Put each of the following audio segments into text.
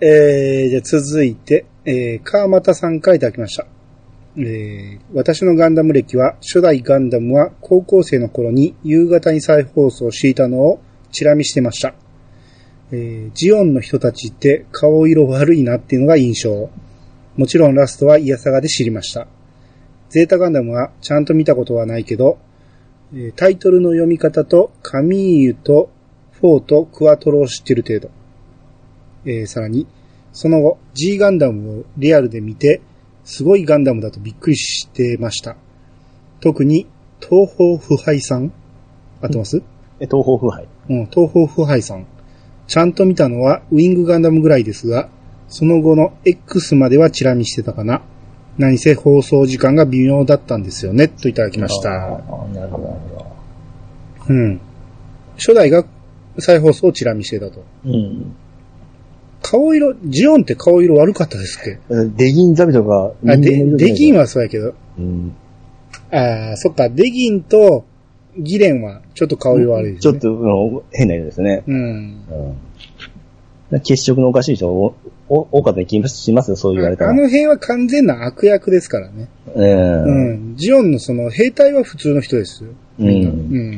じゃあ続いて、川又さんからいただきました。私のガンダム歴は、初代ガンダムは高校生の頃に夕方に再放送していたのをチラ見してました。ジオンの人たちって顔色悪いなっていうのが印象。もちろんラストはイヤサガで知りました。ゼータガンダムはちゃんと見たことはないけど、タイトルの読み方とカミーユとフォーとクワトロを知ってる程度。さらに、その後 G ガンダムをリアルで見て、すごいガンダムだとびっくりしてました。特に東方腐敗さん合ってます？ 東方腐敗。 うん、東方腐敗さん。ちゃんと見たのはウィングガンダムぐらいですが、その後の X まではチラ見してたかな。何せ放送時間が微妙だったんですよね、といただきました。 なるほど、なるほど。 うん。初代が再放送をチラ見してたと。 うん。 顔色、ジオンって顔色悪かったですっけ？ デギンザビとか。 デギンはそうやけど。 うん。 そっか、デギンとギレンはちょっと顔色悪いですね。 ちょっと変な色ですね。 うん。 血色のおかしい人多かったに気がしますよ、そう言われたら。 あの辺は完全な悪役ですからね。うん。ジオンのその兵隊は普通の人ですよ。うん。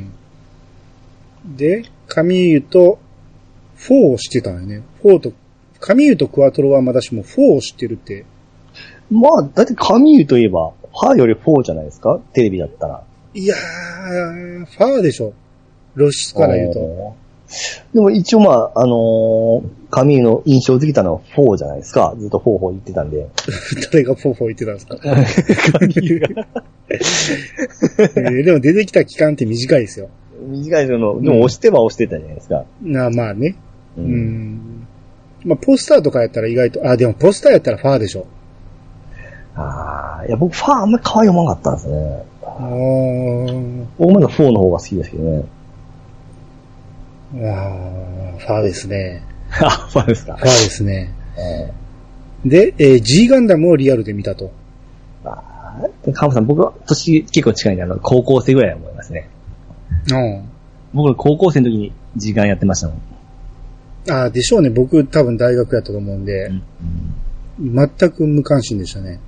で、カミーユとフォーを知ってたんよね。カミーユとクワトロはまだしもフォーを知ってるって。 まあ、だってカミーユといえば、ファーよりフォーじゃないですか？テレビだったら。 いやー、ファーでしょ。露出から言うと。 でも一応まあ、カミーユの印象づけたのはフォーじゃないですか。ずっとフォーフォー言ってたんで。 誰がフォーフォー言ってたんですか？ カミーユが。 でも出てきた期間って短いですよ。 短いでも押しては押してたじゃないですか。 まあね。まあポスターとかやったら意外と、でもポスターやったらファーでしょ。 いや僕ファーあんまり可愛い思わなかったんですね。僕まだフォーの方が好きですけどね。 ファーですね。 ファーですか。 ファーですね。で、G ガンダムをリアルで見たと。 カムさん、僕は年結構近いんで、高校生ぐらいだと思いますね。僕高校生の時にGガンやってましたもん。 でしょうね。僕多分大学やったと思うんで、全く無関心でしたね。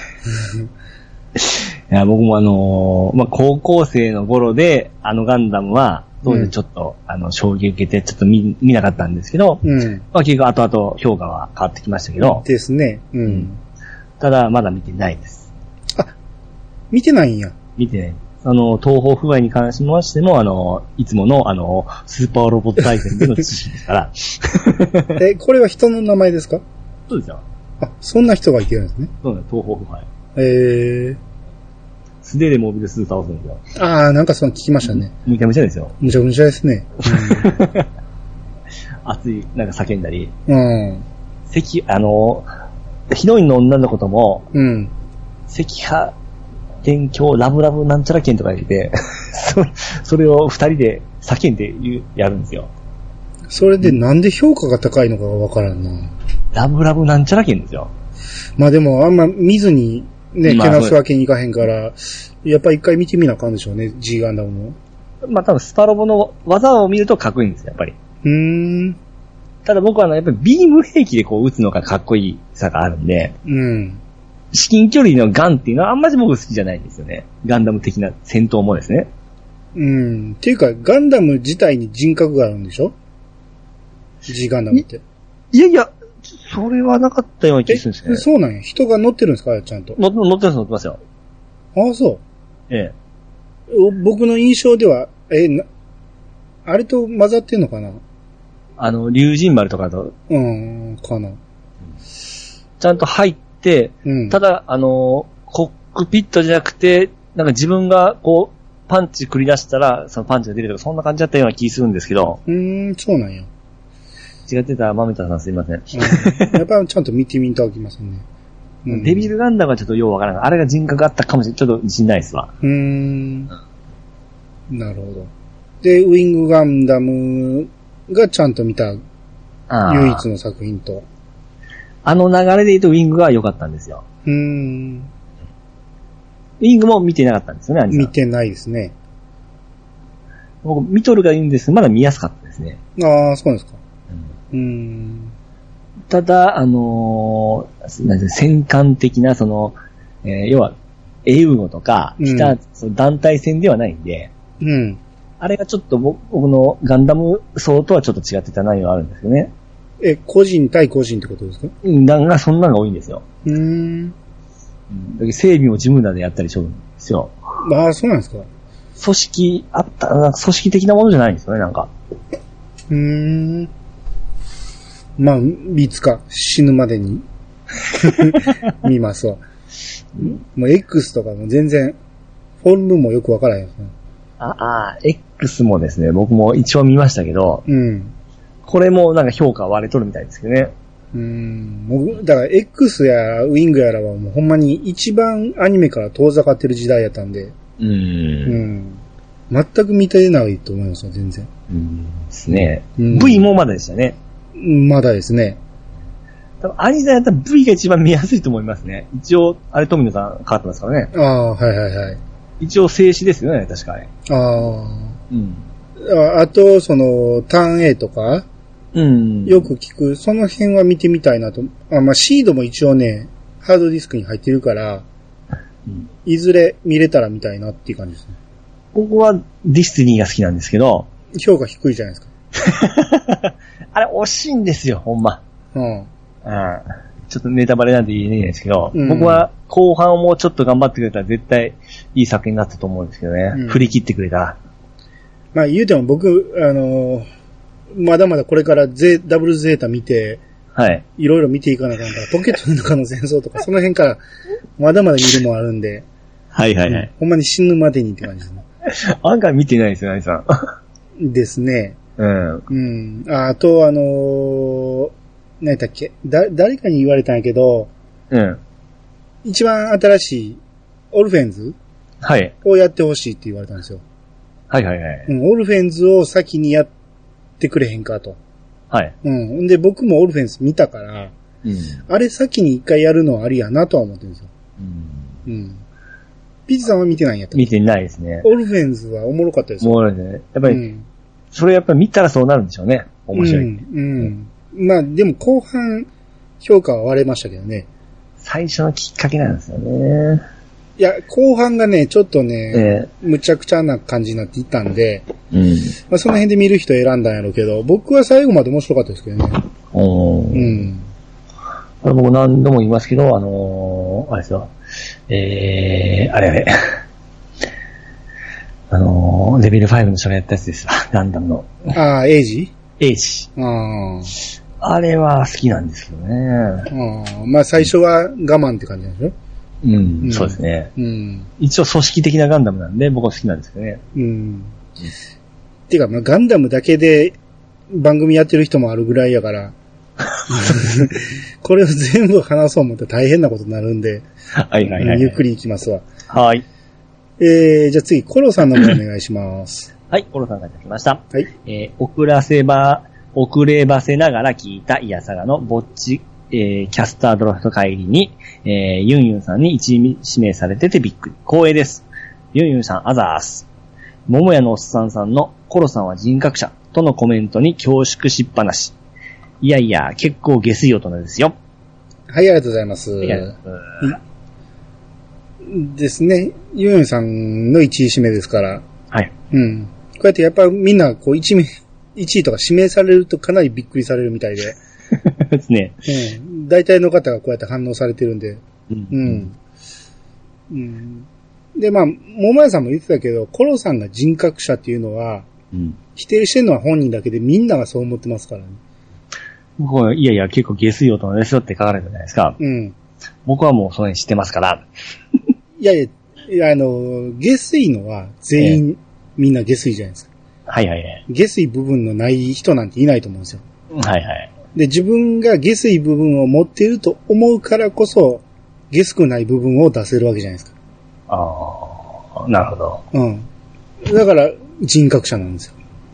いや、僕も高校生の頃で、ガンダムは、当時ちょっと、衝撃受けて、ちょっと見なかったんですけど、結局後々評価は変わってきましたけど。 ですね。 ただ、まだ見てないです。 見てないんや。 見てない。東方不敗に関しましても、いつもの、スーパーロボット対戦での知識ですから。 これは人の名前ですか？ そうですよ。 そんな人がいてるんですね。 そうなんです、東方不敗。素手でモビルスーツ倒すんですよ。 なんか聞きましたね。 むちゃむちゃですよ。 むちゃむちゃですね。 熱い、なんか叫んだり。ヒヒロインの女の子とも、赤波、元凶、ラブラブなんちゃら剣とか言って、それを二人で叫んでやるんですよ。 それでなんで評価が高いのかがわからんな。 ラブラブなんちゃら剣ですよ。 まあでもあんま見ずにね、けなすわけにいかへんから、やっぱ一回見てみなあかんでしょうね、G ガンダムも。 まあ多分スパロボの技を見るとかっこいいんですよ、やっぱり。ただ僕はやっぱりビーム兵器で撃つのがかっこいいさがあるんで、至近距離のガンっていうのはあんまり僕好きじゃないんですよね。ガンダム的な戦闘もですね。 っていうか、ガンダム自体に人格があるんでしょ？ G ガンダムって。 いや、それはなかったような気がするんですけどね。 そうなんや。人が乗ってるんですかちゃんと。 乗ってますよ。 そう。 ええ。 僕の印象では、あれと混ざってんのかな？ 竜神丸とかと。 かな。 ちゃんと入って、ただ、コックピットじゃなくて、なんか自分がこう、パンチ繰り出したら、そのパンチが出るとか、そんな感じだったような気するんですけど。 そうなんや。 違ってたら、豆田さんすいません。 やっぱりちゃんと見てみたおきますね。 デビルガンダムはちょっとようわからない。あれが人格あったかもしれない。ちょっと自信ないですわ。 なるほど。で、ウィングガンダムがちゃんと見た唯一の作品と。 流れで言うとウィングが良かったんですよ。ウィングも見てなかったんですよね、 見てないですね。 僕、見とるがいいんですけど、まだ見やすかったですね。 そうですか。 ただ、戦艦的な、要は、英語とか、その団体戦ではないんで、うん。あれがちょっと僕のガンダム層とはちょっと違ってた内容があるんですよね。 個人対個人ってことですか？ そんなのが多いんですよ。整備も自分らでやったりしよるんですよ。 ああ、そうなんですか。 組織的なものじゃないんですよね、なんか。 まあ、いつか死ぬまでに見ますわ。もう X とかも全然、フォルムもよくわからないですね。 X もですね、僕も一応見ましたけど、これもなんか評価割れとるみたいですけどね。 だから X やウィングやらはもうほんまに一番アニメから遠ざかってる時代やったんで、全く見てないと思いますよ、全然。 ですね。V もまだでしたね。 まだですね。 多分アニメやったら V が一番見やすいと思いますね。一応、あれ富野さん変わってますからね。一応静止ですよね、確かに。 あと、ターン A とか、よく聞く、その辺は見てみたいなと。シードも一応ね、ハードディスクに入ってるから、いずれ見れたら見たいなっていう感じですね。 僕はディスティニーが好きなんですけど、 評価低いじゃないですか。 あれ惜しいんですよ、ほんま。ちょっとネタバレなんて言えないですけど、僕は後半をもうちょっと頑張ってくれたら絶対いい作品になったと思うんですけどね。振り切ってくれたら。 まあ言うても僕、まだまだこれからダブルゼータ見て、いろいろ見ていかなきゃならないから、ポケットの中の戦争とか、その辺からまだまだ見るもんあるんで、ほんまに死ぬまでにって感じですね。 案外見てないですよ、何さん。ですね。あと、何だっけ、誰かに言われたんやけど、一番新しいオルフェンズをやってほしいって言われたんですよ。オルフェンズを先にやってくれへんかと。で、僕もオルフェンズ見たから、あれ先に一回やるのはありやなとは思ってるんですよ。ピッチさんは見てないんやったっけ？ 見てないですね。 オルフェンズはおもろかったですよ。 おもろいね。やっぱり、それやっぱり見たらそうなるんでしょうね。面白い。まあでも後半評価は割れましたけどね。 最初のきっかけなんですよね。 いや、後半がね、ちょっとね、むちゃくちゃな感じになっていったんで、まあその辺で見る人選んだんやろうけど、僕は最後まで面白かったですけどね。 これ僕何度も言いますけど、あれですよ。あれ。レベル5の人がやったやつですわ。ガンダムの。 エイジ。 あれは好きなんですけどね。 まあ最初は我慢って感じなんでしょ？ そうですね。一応組織的なガンダムなんで僕は好きなんですけどね。 てか、まあガンダムだけで番組やってる人もあるぐらいやから、これを全部話そう思ったら大変なことになるんで、ゆっくり行きますわ。じゃあ次、コロさんの方お願いします。 コロさんがいただきました。遅ればせながら聞いたイヤサガのぼっち、キャスタードラフト帰りに、ユンユンさんに一位指名されててびっくり。光栄です。ユンユンさん、あざーす。桃屋のおっさんさんのコロさんは人格者とのコメントに恐縮しっぱなし。いやいや、結構下水大人ですよ。 ありがとうございます。ですね。ユンユンさんの一位指名ですから。こうやってやっぱみんなこう1位とか指名されるとかなりびっくりされるみたいで。 ですね。 大体の方がこうやって反応されてるんで。で、まあ、桃屋さんも言ってたけど、コロさんが人格者っていうのは、否定してるのは本人だけでみんながそう思ってますからね。 僕はいやいや、結構下水大人ですよって書かれたじゃないですか。僕はもうその辺知ってますから。 いや、下水のは全員、みんな下水じゃないですか。下水部分のない人なんていないと思うんですよ。で、自分が下水部分を持っていると思うからこそ、下水ない部分を出せるわけじゃないですか。 なるほど。 だから、人格者なんですよ。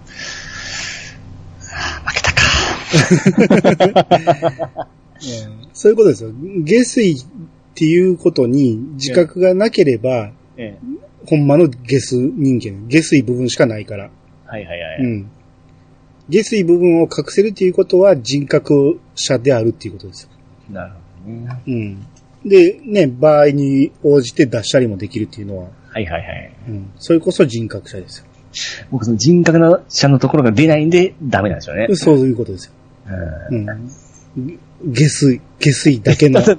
負けたか。 そういうことですよ。下水っていうことに自覚がなければ、ほんまの下水人間、下水部分しかないから。 下水部分を隠せるっていうことは人格者であるっていうことですよ。 なるほどね。 うん。で、ね、場合に応じて出したりもできるっていうのは。 はいはいはい。 うん。それこそ人格者ですよ。 僕その人格者のところが出ないんでダメなんですよね。 そういうことですよ。うん。下水だけの。はい。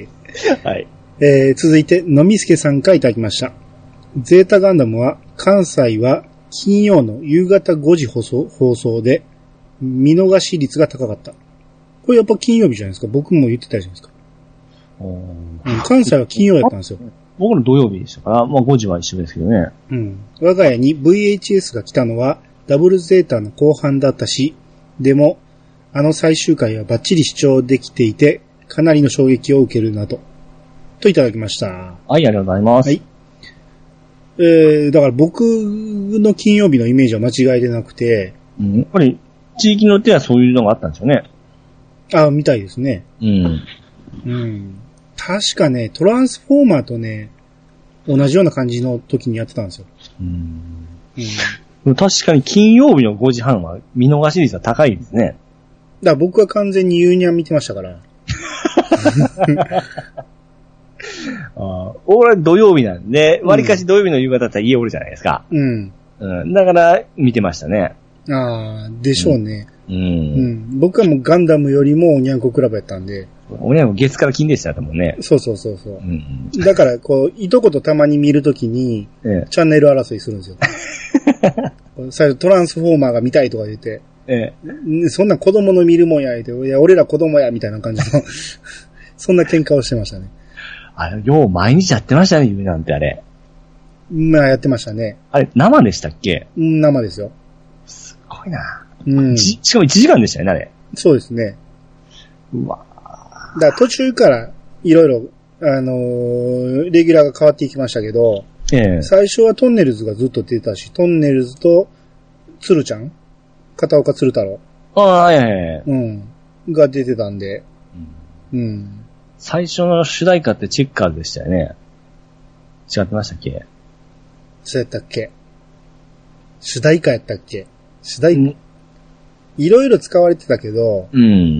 はい。 続いて、のみすけさんからいただきました。ゼータガンダムは、関西は金曜の夕方5時放送で、見逃し率が高かった。これやっぱ金曜日じゃないですか。僕も言ってたじゃないですか。関西は金曜やったんですよ。 僕の土曜日でしたから、まあ5時は一緒ですけどね。 うん。我が家に VHS が来たのは、ダブルゼータの後半だったし、でも、あの最終回はバッチリ視聴できていて、かなりの衝撃を受けるなど。といただきました。はい、 ありがとうございます。はい。 だから僕の金曜日のイメージは間違いでなくて、 やっぱり地域によってはそういうのがあったんですよね。 あ、みたいですね。うん。確かね、トランスフォーマーとね、同じような感じの時にやってたんですよ。 確かに金曜日の5時半は見逃し率は高いですね。 だから僕は完全にユーニャン見てましたから。 俺は土曜日なんで、割かし土曜日の夕方だったら家おるじゃないですか。 うん。 だから見てましたね。 ああ、でしょうね。僕はもうガンダムよりもおにゃんこクラブやったんで。 おにゃんこ月から金でしたもんね。 そう。だからこう、いとことたまに見るときに、チャンネル争いするんですよ。最初トランスフォーマーが見たいとか言って、そんな子供の見るもんや言うて、いや俺ら子供やみたいな感じのそんな喧嘩をしてましたね。 よう毎日やってましたね、夢なんてあれ。 まあやってましたね。 あれ、生でしたっけ？ 生ですよ。 すごいな。しかも1時間でしたよね、あれ。 そうですね。 うわだから途中からいろいろ、レギュラーが変わっていきましたけど、最初はトンネルズがずっと出てたし、トンネルズと鶴ちゃん片岡鶴太郎。が出てたんで、 最初の主題歌ってチェッカーズでしたよね。違ってましたっけ？ そうやったっけ？主題歌やったっけ？主題歌、いろいろ使われてたけど、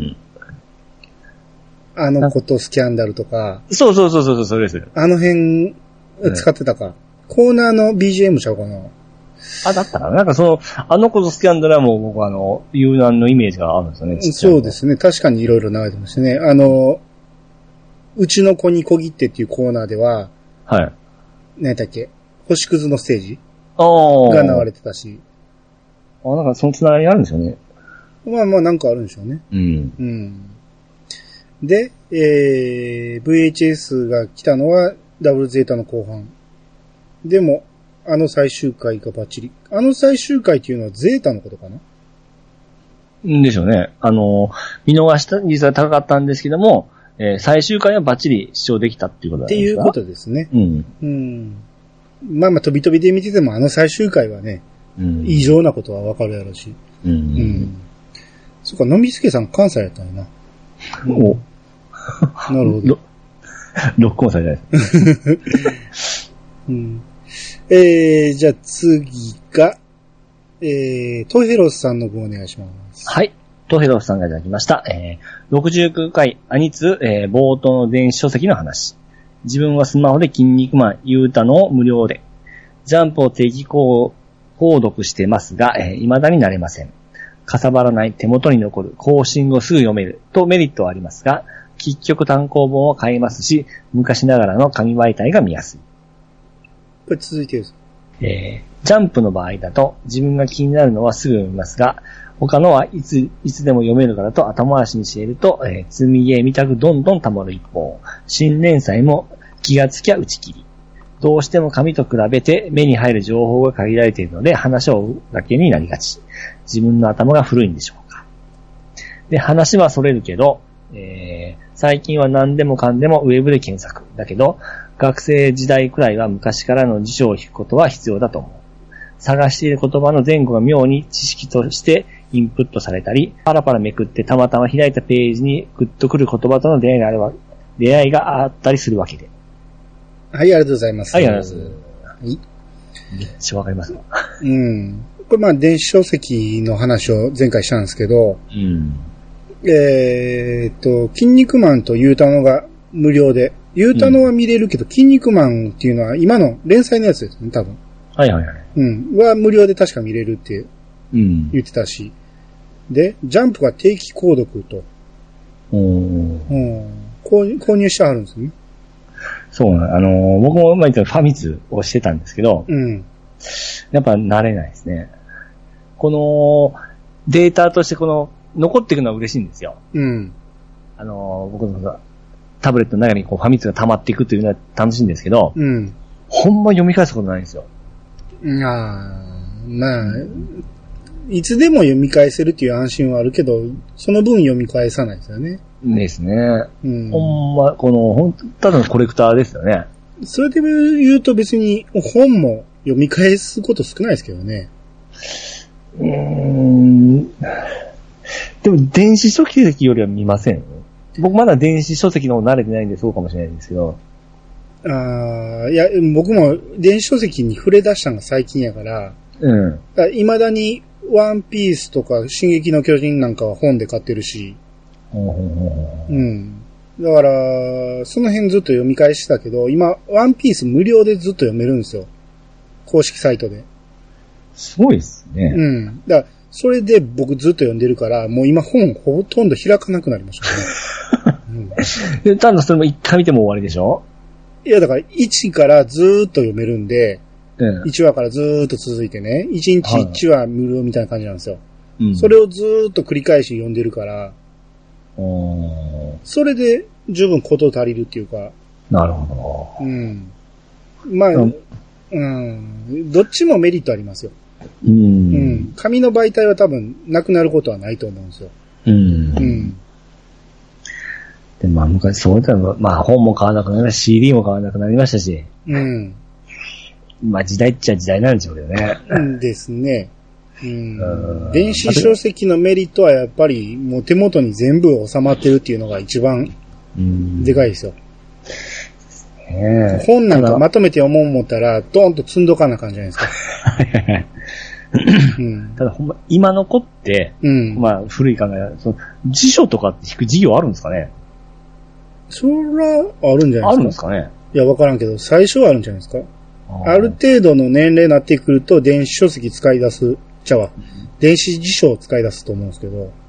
あのことスキャンダルとか。 そう、それです。 あの辺使ってたか。コーナーの BGM ちゃうかな。 だったかな。なんかあのことスキャンダルはもう僕ユーナンのイメージがあるんですよね。 そうですね。確かにいろいろ流れてましたね。うちの子に小切ってっていうコーナーでは、何だっけ、星屑のステージが流れてたし。 なんかそのつながりがあるんですよね。 まあなんかあるんでしょうね。で、VHS が来たのはダブルゼータの後半。でも、最終回がバッチリ。最終回っていうのはゼータのことかな？ でしょうね。見逃した率が高かったんですけども、最終回はバッチリ視聴できたっていうことなんですか？っていうことですね。まあ飛び飛びで見てても最終回はね、異常なことはわかるやろうし。そっか、のみすけさん関西やったんやな。なるほど。 ロックオンされないです。じゃあ次が、トヘロスさんの分お願いします。 はい。トヘロスさんがいただきました。69回アニツ、冒頭の電子書籍の話。自分はスマホで筋肉マン言うたのを無料で。ジャンプを定期購読してますが、未だになれません。かさばらない手元に残る更新後すぐ読めるとメリットはありますが、結局単行本を買いますし、昔ながらの紙媒体が見やすい。 これ続いてる。 ジャンプの場合だと自分が気になるのはすぐ読みますが、他のはいつでも読めるからと後回しにしていると、積みゲーみたくどんどん溜まる一方、新連載も気がつきゃ打ち切り。どうしても紙と比べて目に入る情報が限られているので話を追うだけになりがち。自分の頭が古いんでしょうか。で、話はそれるけど、最近は何でもかんでもウェブで検索。だけど、学生時代くらいは昔からの辞書を引くことは必要だと思う。探している言葉の前後が妙に知識としてインプットされたり、パラパラめくってたまたま開いたページにグッとくる言葉との出会いがあったりするわけで。 はい、ありがとうございます。 はい、ありがとうございます。はい。めっちゃわかります。 うん。これまあ電子書籍の話を前回したんですけど、 うん。 筋肉マンとユータノが無料で、ユータノは見れるけど、筋肉マンっていうのは今の連載のやつですね、多分。 はいはいはい。 うん。は無料で確か見れるって言ってたし。で、ジャンプが定期購読と。購入してあるんですね。 そうなの。僕も前言ったファミ通をしてたんですけど、 うん。 やっぱ慣れないですね。このデータとして残っていくのは嬉しいんですよ。 うん。 僕のタブレットの中にファミ通が溜まっていくというのは楽しいんですけど、 うん。 ほんま読み返すことないんですよ。 まあ、いつでも読み返せるっていう安心はあるけど、その分読み返さないですよね。 ですね。 うん。 ほんま、ただのコレクターですよね。 それで言うと別に本も読み返すこと少ないですけどね。 でも電子書籍よりは見ません。僕まだ電子書籍の方慣れてないんでそうかもしれないんですけど。 いや、僕も電子書籍に触れ出したのが最近やから、未だにワンピースとか進撃の巨人なんかは本で買ってるし、うん。だから、その辺ずっと読み返してたけど、今、ワンピース無料でずっと読めるんですよ。公式サイトで。 すごいですね。 うん。だから、それで僕ずっと読んでるから、もう今本ほとんど開かなくなりましたね。 うん、ただそれも一回見ても終わりでしょ？ いや、だから1からずーっと読めるんで、1話からずーっと続いてね、1日1話無料みたいな感じなんですよ。それをずーっと繰り返し読んでるから、それで十分こと足りるっていうか。 なるほど。うん。まあ、どっちもメリットありますよ。紙の媒体は多分なくなることはないと思うんですよ。 で、まあ昔そういったの、まあ本も買わなくなりましたし、CD も買わなくなりましたし。まあ時代っちゃ時代なんでしょうけどね。 ですね。電子書籍のメリットはやっぱりもう手元に全部収まってるっていうのが一番でかいですよ。本なんかまとめて読もう思ったらドーンと積んどかなあかんじゃないですか。 ただほんま今の子って、まあ古い考え、辞書とかって引く授業あるんですかね？ そらあるんじゃないですか。 あるんですかね？ いやわからんけど最初はあるんじゃないですか。ある程度の年齢になってくると電子書籍使い出す。電子辞書を使い出すと思うんですけど。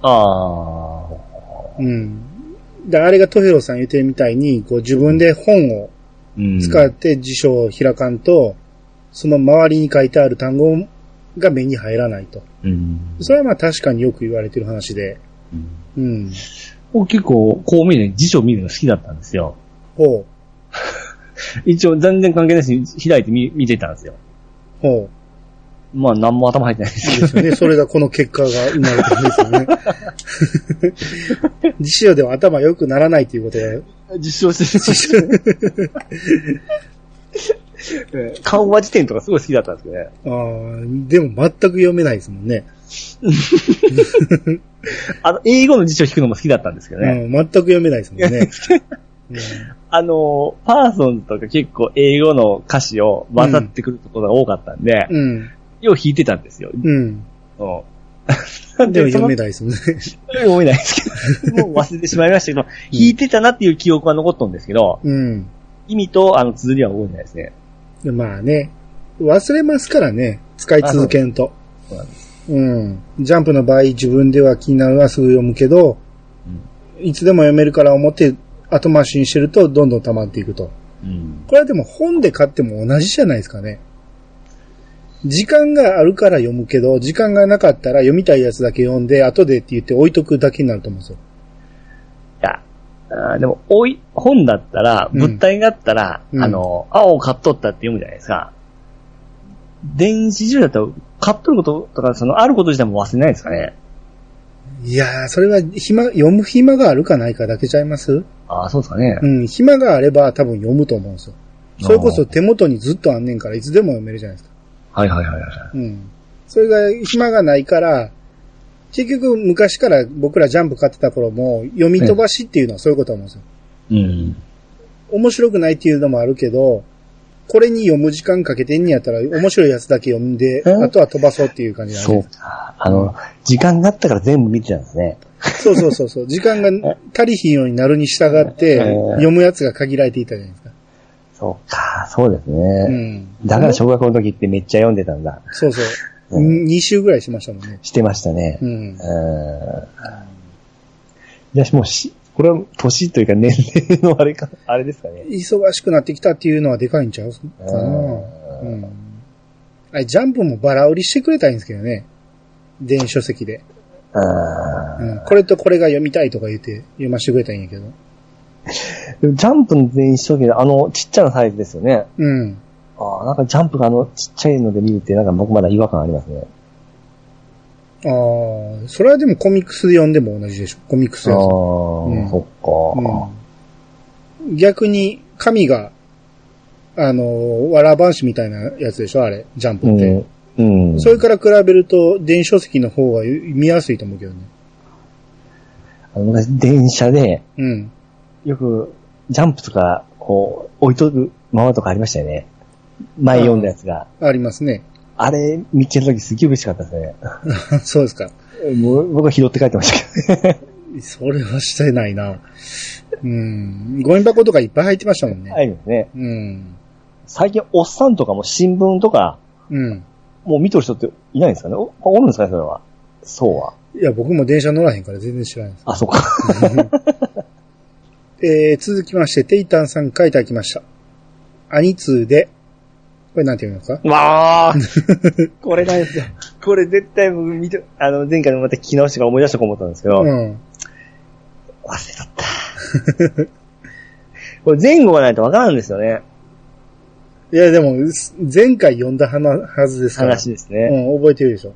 あれがトヘロさん言ってるみたいに、こう自分で本を使って辞書を開かんと、その周りに書いてある単語が目に入らないと。それはまあ確かによく言われてる話で。 僕結構こう見る辞書見るの好きだったんですよ。一応全然関係ないし、開いて見てたんですよ。まあ何も頭入ってないですよね。それがこの結果が生まれてるんですよね。辞書では頭良くならないということで。 実証してる。緩和辞典とかすごい好きだったんですけどね。でも全く読めないですもんね。 英語の辞書引くのも好きだったんですけどね。 全く読めないですもんね。 パーソンズとか結構英語の歌詞を混ざってくるところが多かったんで、よう弾いてたんですよ。 でも読めないですもんね。 読めないですけど、もう忘れてしまいましたけど、弾いてたなっていう記憶は残ったんですけど、意味と綴りは覚えてないですね。 まあね、忘れますからね、使い続けんと。そうなんです。ジャンプの場合自分では気になるのはすぐ読むけど、いつでも読めるから思って後回しにしてるとどんどん溜まっていくと。これはでも本で買っても同じじゃないですかね。時間があるから読むけど、時間がなかったら読みたいやつだけ読んで、後でって言って置いとくだけになると思うんですよ。 いや、でも、本だったら、物体があったら、青を買っとったって読むじゃないですか。電子辞書だと、買っとることとか、あること自体も忘れないですかね。 いやー、それは読む暇があるかないかだけちゃいます？ そうですかね。 暇があれば多分読むと思うんですよ。それこそ手元にずっとあんねんからいつでも読めるじゃないですか。それが暇がないから、結局昔から僕らジャンプ買ってた頃も読み飛ばしっていうのはそういうことだと思うんですよ。面白くないっていうのもあるけど、 これに読む時間かけてんにやったら面白いやつだけ読んで、あとは飛ばそうっていう感じなんで。 そうか。時間があったから全部見てたんですね。 そう。時間が足りひんようになるに従って、読むやつが限られていたじゃないですか。 そうか、そうですね。だから小学校の時ってめっちゃ読んでたんだ。 そう。2週ぐらいしましたもんね。 してましたね。じゃあもうこれは年というか年齢のあれですかね。 忙しくなってきたっていうのはでかいんちゃうかな。あれ、ジャンプもバラ売りしてくれたいんですけどね。電子書籍で。これとこれが読みたいとか言って読ませてくれたらいいんやけど。 ジャンプの電子書籍でちっちゃなサイズですよね。なんかジャンプがちっちゃいので見るってなんか僕まだ違和感ありますね。 それはでもコミックスで読んでも同じでしょ。コミックスやつ。 そっか。 逆に紙がわらばんしみたいなやつでしょあれ、ジャンプって。それから比べると電子書籍の方が見やすいと思うけどね。 電車で、よくジャンプとかこう置いとるままとかありましたよね。前読んだやつが。 ありますね。 あれ見つけた時すげえ嬉しかったですね。 そうですか。 もう僕は拾って帰ってましたけどね。 それはしてないな。ゴミ箱とかいっぱい入ってましたもんね。 はいですね。最近おっさんとかも新聞とか、もう見とる人っていないんですかね。おるんですかねそれは。そうは。 いや僕も電車乗らへんから全然知らないです。 あ、そうか。 続きましてテイタンさん書いてあきました。アニツーでこれなんて言うんですか？ わーこれなんですよ。これ絶対僕前回のまた聞き直しが思い出したと思ったんですけど。忘れとった。これ前後がないとわからんですよね。 いやでも、前回読んだはずですから。 話ですね。 覚えてるでしょ。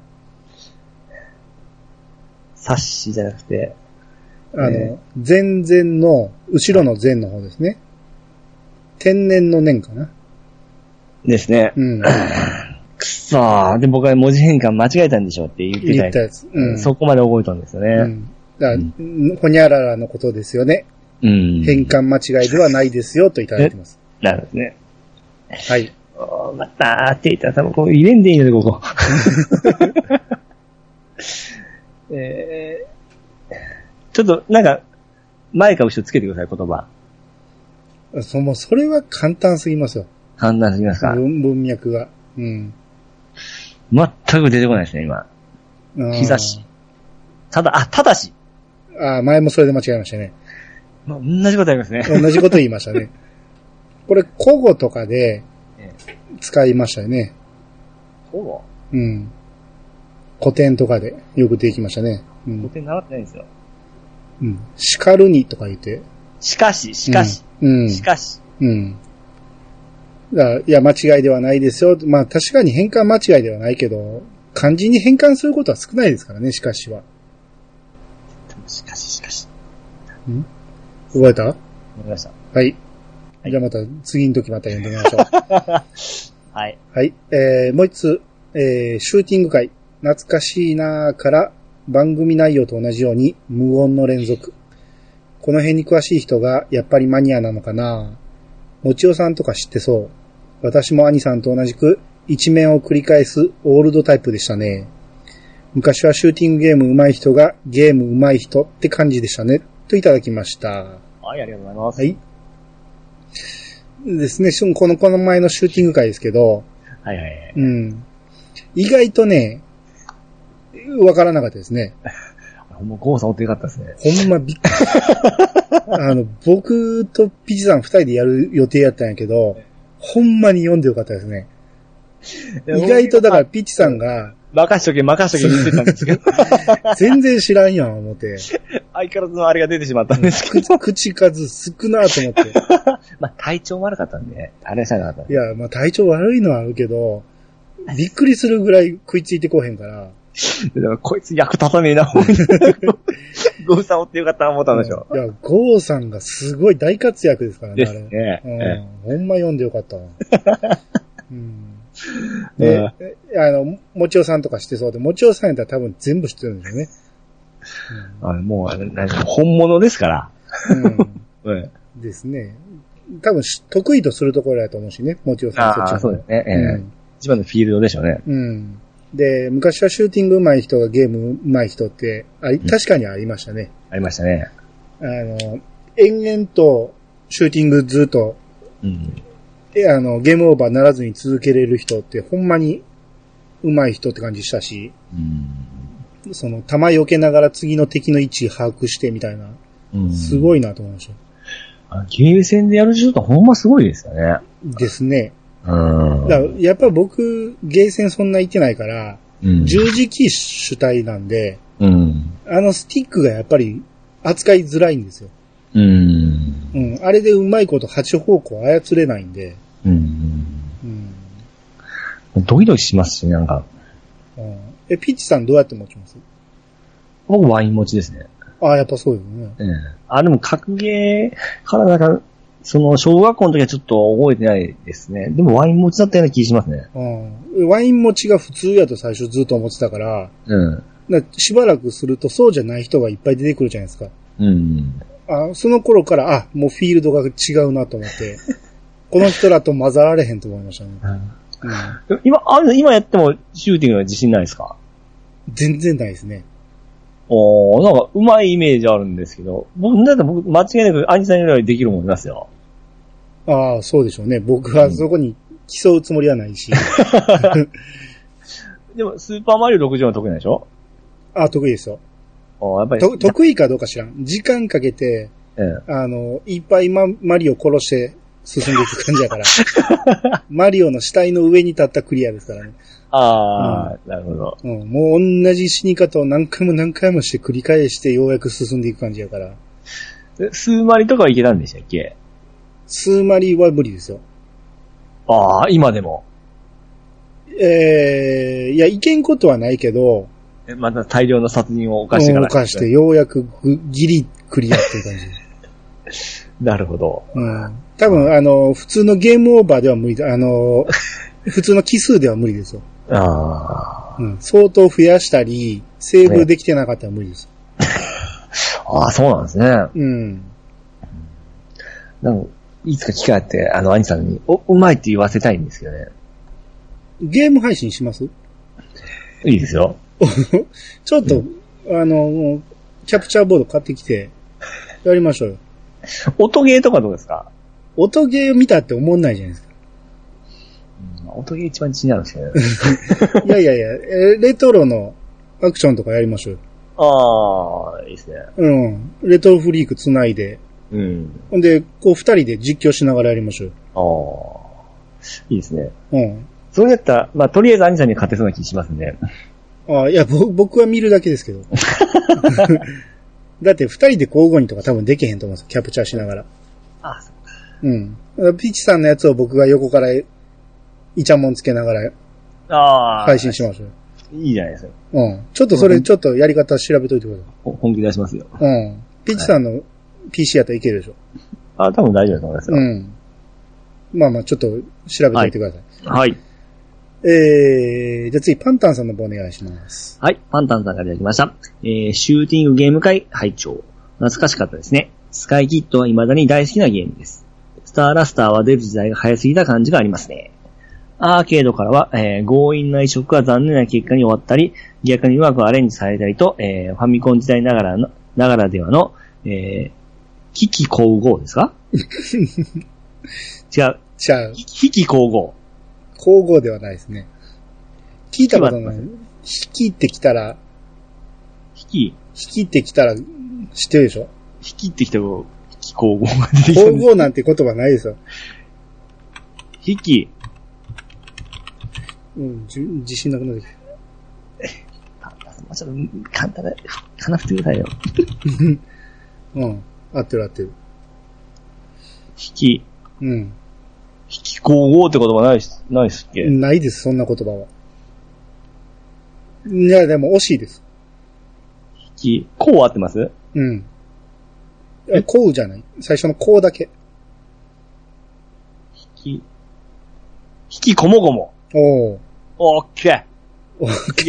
冊子じゃなくて。 前々の、後ろの前の方ですね。天然の年かな。 ですね。くそー。で、僕は文字変換間違えたんでしょって言ったやつ。そこまで覚えたんですよね。 だからほにゃららのことですよね。変換間違いではないですよといただいてます。 なるほどね。 はい。 またーって言ったら多分こう入れんでいいので、ここ。ちょっと、なんか、前か後ろつけてください、言葉。 それは簡単すぎますよ。 簡単すぎますか？ 文脈が。 全く出てこないですね、今。日差し。ただし。 前もそれで間違えましたね。 同じことありますね。 同じこと言いましたね。これ、古語とかで、使いましたよね。 古語？ 古典とかでよくできましたね。 古典習ってないんですよ。 叱るにとか言って。 しかし。いや、間違いではないですよ。まあ確かに変換間違いではないけど、漢字に変換することは少ないですからね、しかしは。 しかし。 覚えた？ 覚えました。 はい。じゃあまた次の時また読んでみましょう。 はい。 はい。もう一つ、シューティング会。懐かしいなーから番組内容と同じように無音の連続。この辺に詳しい人がやっぱりマニアなのかな。もちおさんとか知ってそう。私も兄さんと同じく一面を繰り返すオールドタイプでしたね。昔はシューティングゲーム上手い人がゲーム上手い人って感じでしたね。といただきました。 はい、ありがとうございます。 はい。ですね、この前のシューティング会ですけど、意外とね、わからなかったですね。 ほんま、ゴーさんおってよかったですね。 ほんまびっくり。僕とピチさん二人でやる予定やったんやけど、ほんまに読んでよかったですね。意外とだからピチさんが、 任しとけ言ってたんですけど。 全然知らんやん、思って。 相変わらずのあれが出てしまったんですけど。口数少なと思って。 まあ、体調悪かったんで、あれしなかった。 いや、まあ、体調悪いのはあるけど、びっくりするぐらい食いついてこへんから。 だからこいつ役立たねえな、ゴーさんおってよかった思ったんでしょ。 いや、ゴーさんがすごい大活躍ですからね、あれ。ほんま読んでよかったわ。で、もちおさんとかしてそうで、もちおさんやったら多分全部知ってるんでしょうね。 もう、本物ですから。 ですね。 多分得意とするところだと思うしね、もちろんああ、そうですね。一番のフィールドでしょうね。 うん。で、昔はシューティング上手い人がゲーム上手い人って確かにありましたね。 ありましたね。 延々とシューティングずっと、ゲームオーバーならずに続けれる人ってほんまに上手い人って感じしたし、その弾避けながら次の敵の位置把握してみたいな、すごいなと思いました。 ゲーセンでやる人ってほんますごいですよね。 ですね。だからやっぱ僕、ゲーセンそんな行ってないから、十字キー主体なんで、スティックがやっぱり扱いづらいんですよ。あれでうまいこと8方向操れないんで。 ドキドキしますし、なんか。 ピッチさんどうやって持ちます？ 僕ワイン持ちですね。 やっぱそうですね。 でも格ゲーからなんか、小学校の時はちょっと覚えてないですね。でもワイン持ちだったような気がしますね。 ワイン持ちが普通やと最初ずっと思ってたから、しばらくするとそうじゃない人がいっぱい出てくるじゃないですか。その頃から、もうフィールドが違うなと思って、この人らと混ざられへんと思いましたね。 今やってもシューティングは自信ないですか？ 全然ないですね。 なんか上手いイメージあるんですけど、僕間違いなくアニさんぐらいできるもんいますよ。 そうでしょうね。僕はそこに競うつもりはないし。 でもスーパーマリオ60は得意なんでしょ？ 得意ですよ。 やっぱり得意かどうか知らん。時間かけて、いっぱいマリオ殺して進んでいく感じだから。マリオの死体の上に立ったクリアですからね。 なるほど。 もう同じ死に方を何回も何回もして繰り返してようやく進んでいく感じやから。 スーマリとかはいけたんでしたっけ？ スーマリは無理ですよ。 今でも。 いや、いけんことはないけど、 また大量の殺人を犯してから。 犯してようやくギリクリアっていう感じ。 なるほど。 多分、普通のゲームオーバーでは無理だ。普通の奇数では無理ですよ。相当増やしたり、セーブできてなかったら無理です。 そうなんですね。なんかいつか機会あって、兄さんに、うまいって言わせたいんですけどね。 ゲーム配信します？ いいですよ。 ちょっと、キャプチャーボード買ってきて、やりましょうよ。 音ゲーとかどうですか？ 音ゲー見たって思んないじゃないですか。 音ゲー一番気になるんですけどね。 いや、レトロのアクションとかやりましょうよ。 いいですね。 レトロフリーク繋いで。ほんで、二人で実況しながらやりましょう。いいですね。それやったら、とりあえず兄さんに勝てそうな気しますね。 いや、僕は見るだけですけど。だって二人で交互にとか多分できへんと思うんですよ。キャプチャーしながら。そうか。ピッチさんのやつを僕が横からイチャモンつけながら配信しましょう。 いいじゃないですか。 ちょっとそれちょっとやり方調べといてください。 本気出しますよ。 ピッチさんの PC やったらいけるでしょ。 多分大丈夫だと思いますよ。 まあちょっと調べといてください。 はい。 じゃあ次、パンタンさんの方お願いします。 はい、パンタンさんからいただきました。シューティングゲーム会拝聴。懐かしかったですね。スカイキッドは未だに大好きなゲームです。スターラスターは出る時代が早すぎた感じがありますね。アーケードからは、強引な移植が残念な結果に終わったり、逆にうまくアレンジされたりと、ファミコン時代ながらではの、危機皇后ですか？違う。危機皇后。 皇后ではないですね。聞いたことない。引きってきたら、知ってるでしょ？ 引きってきたら、引き皇后が出てきた。 皇后なんて言葉ないですよ。 引き。 自信なくなってきた。ちょっと簡単だ。話してくださいよ。 合ってる。 引き皇后って言葉ないっすっけ？ ないです、そんな言葉は。いや、でも惜しいです。 こう合ってます？ こうじゃない。最初のこうだけ。 引きこもごも。オッケー。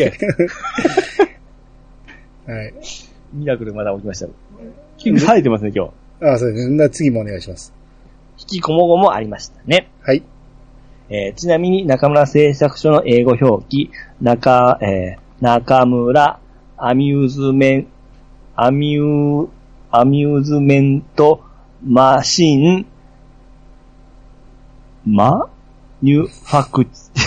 はい。ミラクルまだ起きました。生えてますね、今日。 そうですね。次もお願いします。 きこもごもありましたね。 はい。 ちなみに中村製作所の英語表記、中村アミューズメントマシンマニュファク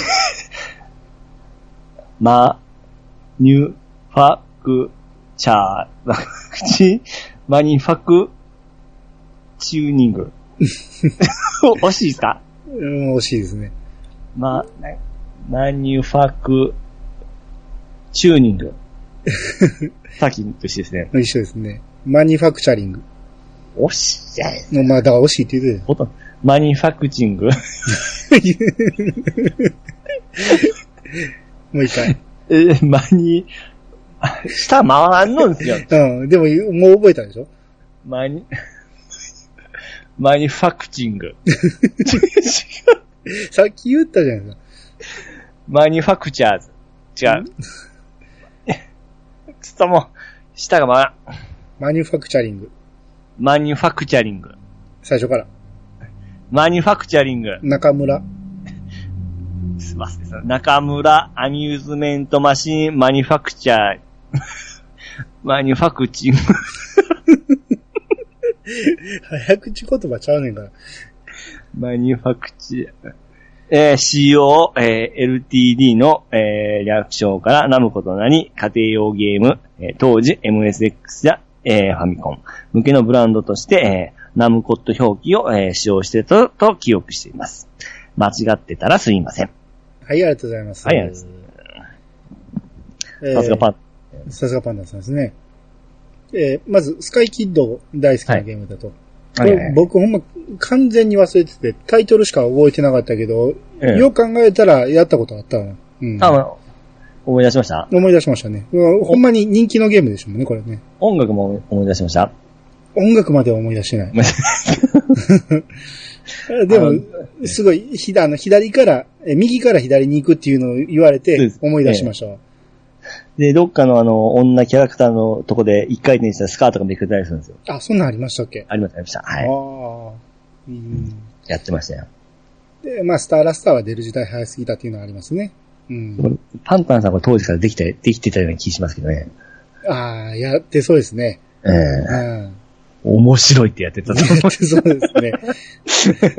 マニュファクチャーマニファクチューニング惜しいですか？ 惜しいですね。 マニュファクチューニングさっきと一緒ですね。 一緒ですね。マニファクチャリング。 惜しいじゃないですか。まあ、だから惜しいって言ってたよ。 マニファクチングもう一回。 下回んのんですよ。 うん。でも、もう覚えたでしょ？ マニファクチング。 さっき言ったじゃないですか。 マニファクチャーズ。違う。ちょっともう、下が回らん。 マニファクチャリング。 マニファクチャリング。 最初から。 マニファクチャリング。 中村。 すいません。中村アミューズメントマシンマニファクチャー。マニファクチング。 早口言葉ちゃうねんから。 マニファクチCO、LTD の、略称からナムコとなり、家庭用ゲーム、当時 MSX や、ファミコン向けのブランドとして、ナムコット表記を、使用してたと記憶しています。間違ってたらすみません。 はい、ありがとうございます。 はい、ありがとうございます。さすがパン。 さすがパンダさんですね。まず、スカイキッド大好きなゲームだと。僕ほんま完全に忘れてて、タイトルしか覚えてなかったけど、よく考えたらやったことあったわ。 うん。思い出しました？ 思い出しましたね。ほんまに人気のゲームでしょうね、これね。 音楽も思い出しました？ 音楽までは思い出してない。でも、すごい、左から、右から左に行くっていうのを言われて、思い出しました。 で、どっかの女キャラクターのとこで一回転したスカートがめくれたりするんですよ。 あ、そんなんありましたっけ？ ありました。はい。やってましたよ。 で、まあ、スターラスターは出る時代早すぎたっていうのはありますね。うん。 パンタンさんは当時からできてたような気しますけどね。 ああ、やってそうですね。 面白いってやってたと思う。 やってそうですね。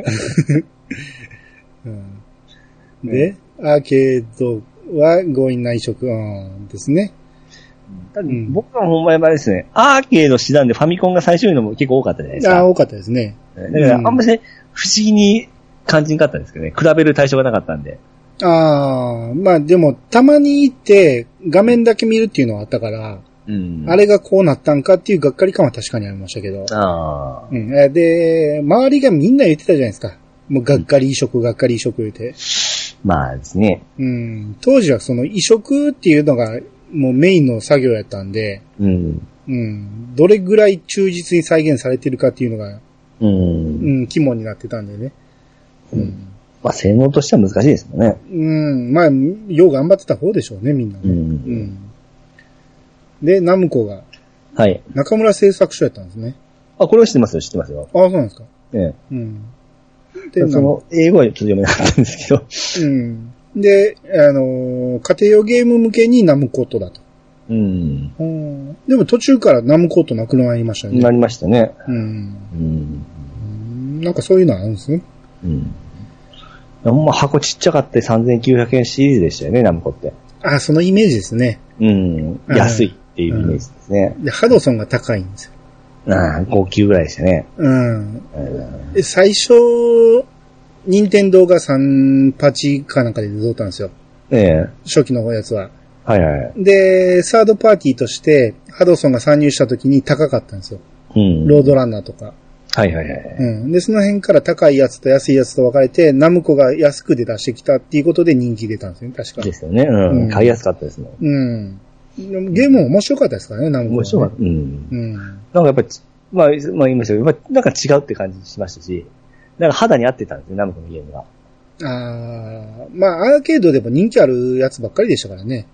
で、アーケードは強引な移植ですね。 僕はほんまにですね、アーケード師団でファミコンが最初にのも結構多かったじゃないですか。 多かったですね。 だからあんまりね、不思議に感じなかったんですけどね。比べる対象がなかったんで。 まあでも、たまに行って画面だけ見るっていうのはあったから、あれがこうなったんかっていうがっかり感は確かにありましたけど。で、周りがみんな言ってたじゃないですか。もうがっかり移植、がっかり移植言って。 まあですね。 当時はその移植っていうのがもうメインの作業やったんで、どれぐらい忠実に再現されてるかっていうのが、肝になってたんでね。 まあ性能としては難しいですもんね。 まあ、よう頑張ってた方でしょうね、みんなね。で、ナムコが、中村製作所やったんですね。 これは知ってますよ。 そうなんですか。 で、その、英語はちょっと読めなかったんですけど。 で、家庭用ゲーム向けにナムコットだと。でも途中からナムコットなくなりましたね。 なりましたね。 なんかそういうのあるんですね。 ほんま箱ちっちゃかって3900円シリーズでしたよね、ナムコって。 そのイメージですね。 安いっていうイメージですね。 で、ハドソンが高いんですよ。 5級ぐらいでしたね。 最初、任天堂が38かなんかで出とったんですよ。初期のやつは。で、サードパーティーとして、ハドソンが参入した時に高かったんですよ。ロードランナーとか。で、その辺から高いやつと安いやつと分かれて、ナムコが安くで出してきたっていうことで人気出たんですよね、確か。 ですよね。買いやすかったですもん。 ゲームも面白かったですからね、ナムコは、ね。面白かった。 なんかやっぱり、まあ言いましたけど、なんか違うって感じしましたし、なんか肌に合ってたんですよ、ナムコのゲームが。 まあ、アーケードでも人気あるやつばっかりでしたからね。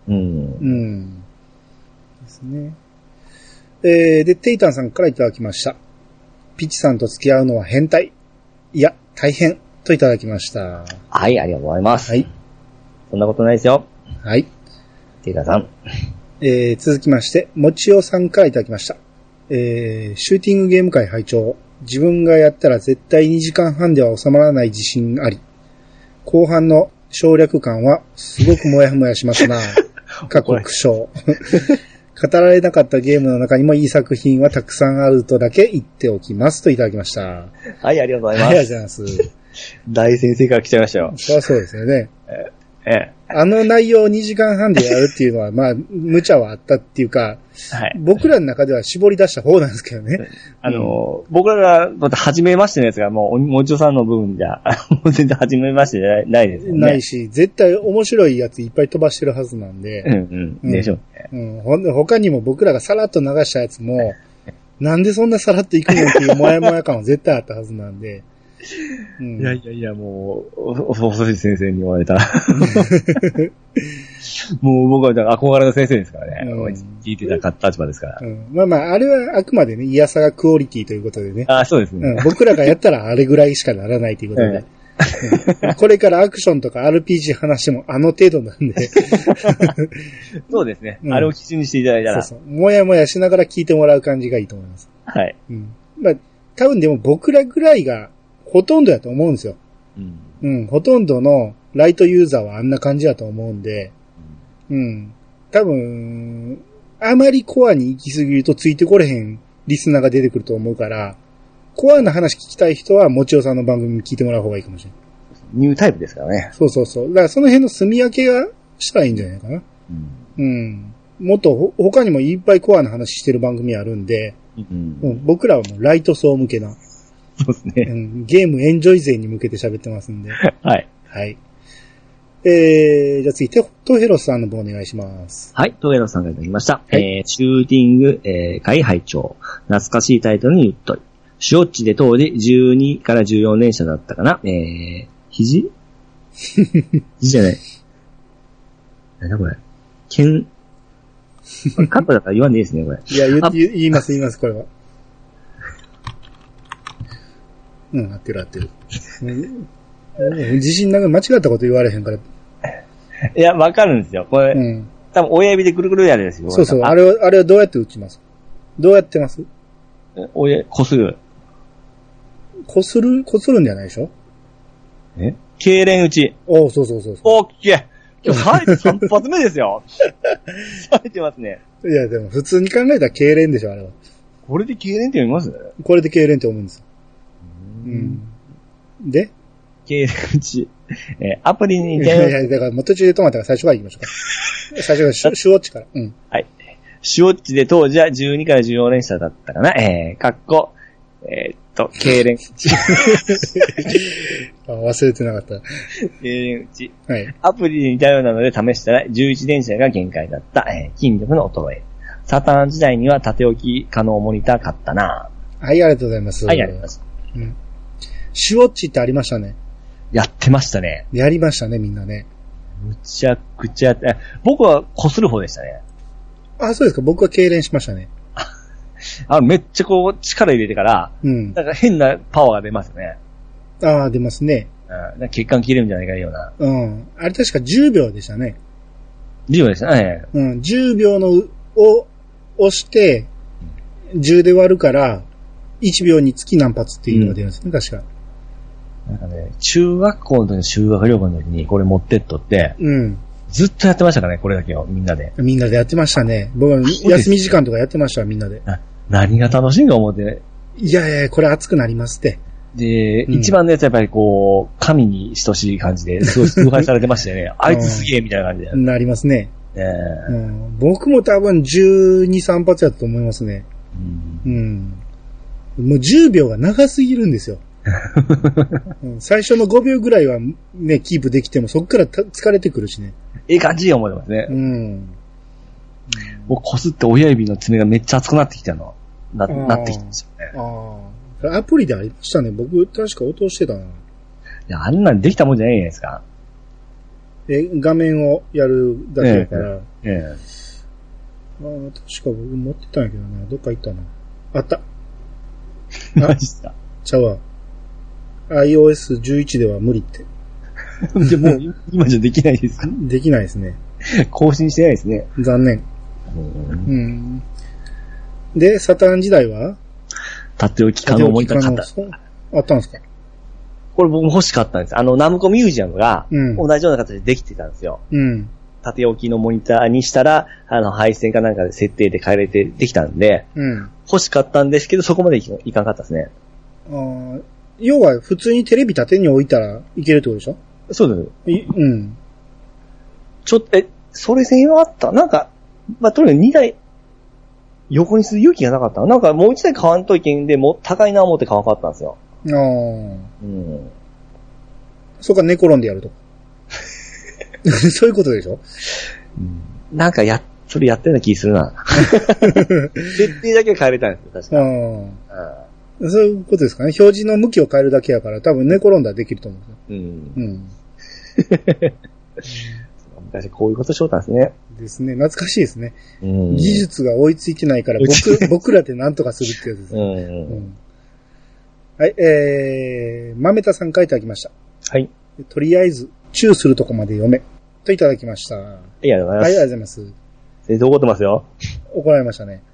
ですね。で、テイタンさんからいただきました。ピチさんと付き合うのは変態。 いや、大変といただきました。 はい、ありがとうございます。 はい。 そんなことないですよ。 はい。 テイタさん。 続きまして、もちおさんからいただきました。シューティングゲーム界拝聴。自分がやったら絶対2時間半では収まらない自信あり。後半の省略感はすごくもやもやしますな。過去苦笑。語られなかったゲームの中にもいい作品はたくさんあるとだけ言っておきますといただきました。 はい、ありがとうございます。 ありがとうございます。 大先生から来ちゃいましたよ。 そうですよね。あの内容を2時間半でやるっていうのは、まあ、無茶はあったっていうか、はい、僕らの中では絞り出した方なんですけどね。 僕らが、また初めましてのやつが、もちおさんの部分じゃ、もう全然初めましてじゃないですよね。 ないし、絶対面白いやついっぱい飛ばしてるはずなんで。 でしょうね。他にも僕らがさらっと流したやつも、なんでそんなさらっといくのっていうもやもや感は絶対あったはずなんで。 いや、もう、細い先生に言われた。もう僕は憧れの先生ですからね。聞いてた立場ですから。 まあ、あれはあくまでね、イヤサがクオリティということでね。 そうですね。 僕らがやったらあれぐらいしかならないということで。これからアクションとか RPG 話してもあの程度なんで。 そうですね。あれを基準にしていただいたら。 そう。もやもやしながら聞いてもらう感じがいいと思います。 はい。 まあ、多分でも僕らぐらいが、ほとんどやと思うんですよ。ほとんどのライトユーザーはあんな感じだと思うんで、多分、あまりコアに行き過ぎるとついてこれへんリスナーが出てくると思うから、コアな話聞きたい人はもちおさんの番組聞いてもらう方がいいかもしれない。 ニュータイプですからね。 そう。だからその辺の住み分けがしたらいいんじゃないかな。もっと他にもいっぱいコアな話してる番組あるんで、僕らはもうライト層向けな。 そうですね。 ゲームエンジョイ勢に向けて喋ってますんで。 はい。 はい。じゃあ次、トヘロスさんの方お願いします。 はい、トヘロスさんがいただきました。シューティング、会拝聴。懐かしいタイトルに言っとり。シュオッチで当時12から14連射だったかな。肘じゃない。なんだこれ。カットだから言わんでいいですね、これ。 いや、言います、これは。合ってる。自信なく間違ったこと言われへんから。 いや、わかるんですよ。これ、多分親指でぐるぐるやるですよ。 そう。あれはどうやって打ちます？どうやってます？ こする。 こするんじゃないでしょ？ 痙攣打ち。 そう。オッケー。今日3発目ですよ。冴えてますね。 いや、でも普通に考えたら痙攣でしょ、あれは。 これで痙攣って読みます？ これで痙攣って思うんです。で痙攣打ち。アプリにいや、だからもう途中で止まったから最初から行きましょうか。最初からシュウォッチから。 はい。シュウォッチで当時は12から14連射だったかな。痙攣打ち。 忘れてなかった。 痙攣打ち。 はい。 アプリに似たようなので試したら11連射が限界だった。筋力の衰え。サターン時代には縦置き可能モニター買ったな。 はい、ありがとうございます。 はい、ありがとうございます。 シュウォッチってありましたね。 やってましたね。 やりましたね、みんなね。 むちゃくちゃ、僕は擦る方でしたね。 そうですか。僕は痙攣しましたね。 めっちゃこう、力入れてから、なんか変なパワーが出ますね。 出ますね。 血管切れるんじゃないかような。 あれ確か10秒でしたね。 10秒でしたね。 10秒を押して、10で割るから、1秒につき何発っていうのが出るんですね、確か。 なんかね、中学校の時の修学旅行の時にこれ持ってっとって、ずっとやってましたからね、これだけを、みんなで。 みんなでやってましたね。僕は休み時間とかやってました、みんなで。 何が楽しいんか思ってね。 いや、これ熱くなりますって。 で、一番のやつはやっぱりこう、神に等しい感じで、すごい崇拝されてましたよね。あいつすげえみたいな感じで。 なりますね。僕も多分12、3発やったと思いますね。もう10秒が長すぎるんですよ。最初の5秒ぐらいはね、キープできてもそっから疲れてくるしね。 いい感じや思いますね。もうこすって親指の爪がめっちゃ熱くなってきたの。なってきたんですよね。 アプリでありましたね。僕確か音してたな。いや、あんなんできたもんじゃないじゃないですか。 画面をやるだけだから。確か僕持ってたんやけどな。どっか行ったな。あった。 マジっすか。 ちゃうわ。 iOS11 では無理って。 じゃもう今じゃできないですか？ できないですね。 更新してないですね。 残念。で、サターン時代は縦置き可能モニター買った。 あったんですか？ これ僕も欲しかったんです。ナムコミュージアムが同じような形でできてたんですよ。縦置きのモニターにしたら、配線かなんかで設定で変えれてできたんで、欲しかったんですけど、そこまでいかなかったですね。 要は普通にテレビ縦に置いたらいけるってことでしょ？ そうです。ちょっと、それ専用あったなんか、まあ、とにかく2台、横にする勇気がなかった。なんかもう1台買わんといけんで、もう高いな思って買わなかったんですよ。 そうか、寝転んでやると。そういうことでしょ？ なんかそれやったような気するな。設定だけ変えれたんですよ、確か。 そういうことですかね。表示の向きを変えるだけやから、多分寝転んだらできると思うんですよ。昔こういうことしよったんですね。 ですね。懐かしいですね。技術が追いついてないから、僕らで何とかするってやつですね。はい、豆田さん書いてあきました。はい。とりあえず、チューするとこまで読め。といただきました。ありがとうございます。 はい、ありがとうございます。 先生怒ってますよ。 怒られましたね。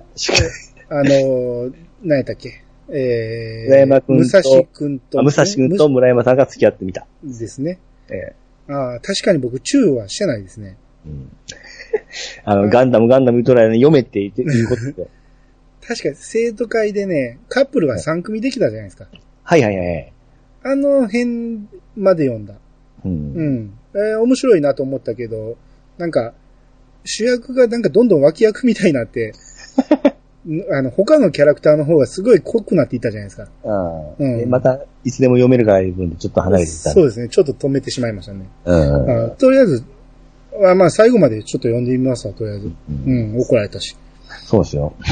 何やったっけ。 村山くんと、 武蔵くんと村山さんが付き合ってみた。 ですね。確かに僕、チューはしてないですね。 ガンダム言うとら読めっていうことで。 確かに生徒会でね、カップルが3組できたじゃないですか。 はい。 あの辺まで読んだ。面白いなと思ったけど、なんか、主役がなんかどんどん脇役みたいになって、他のキャラクターの方がすごい濃くなっていったじゃないですか。 また、いつでも読めるからいう分でちょっと離れてた。 そうですね。ちょっと止めてしまいましたね。とりあえず、まあ最後までちょっと読んでみますわ、とりあえず。怒られたし。 そうですよ。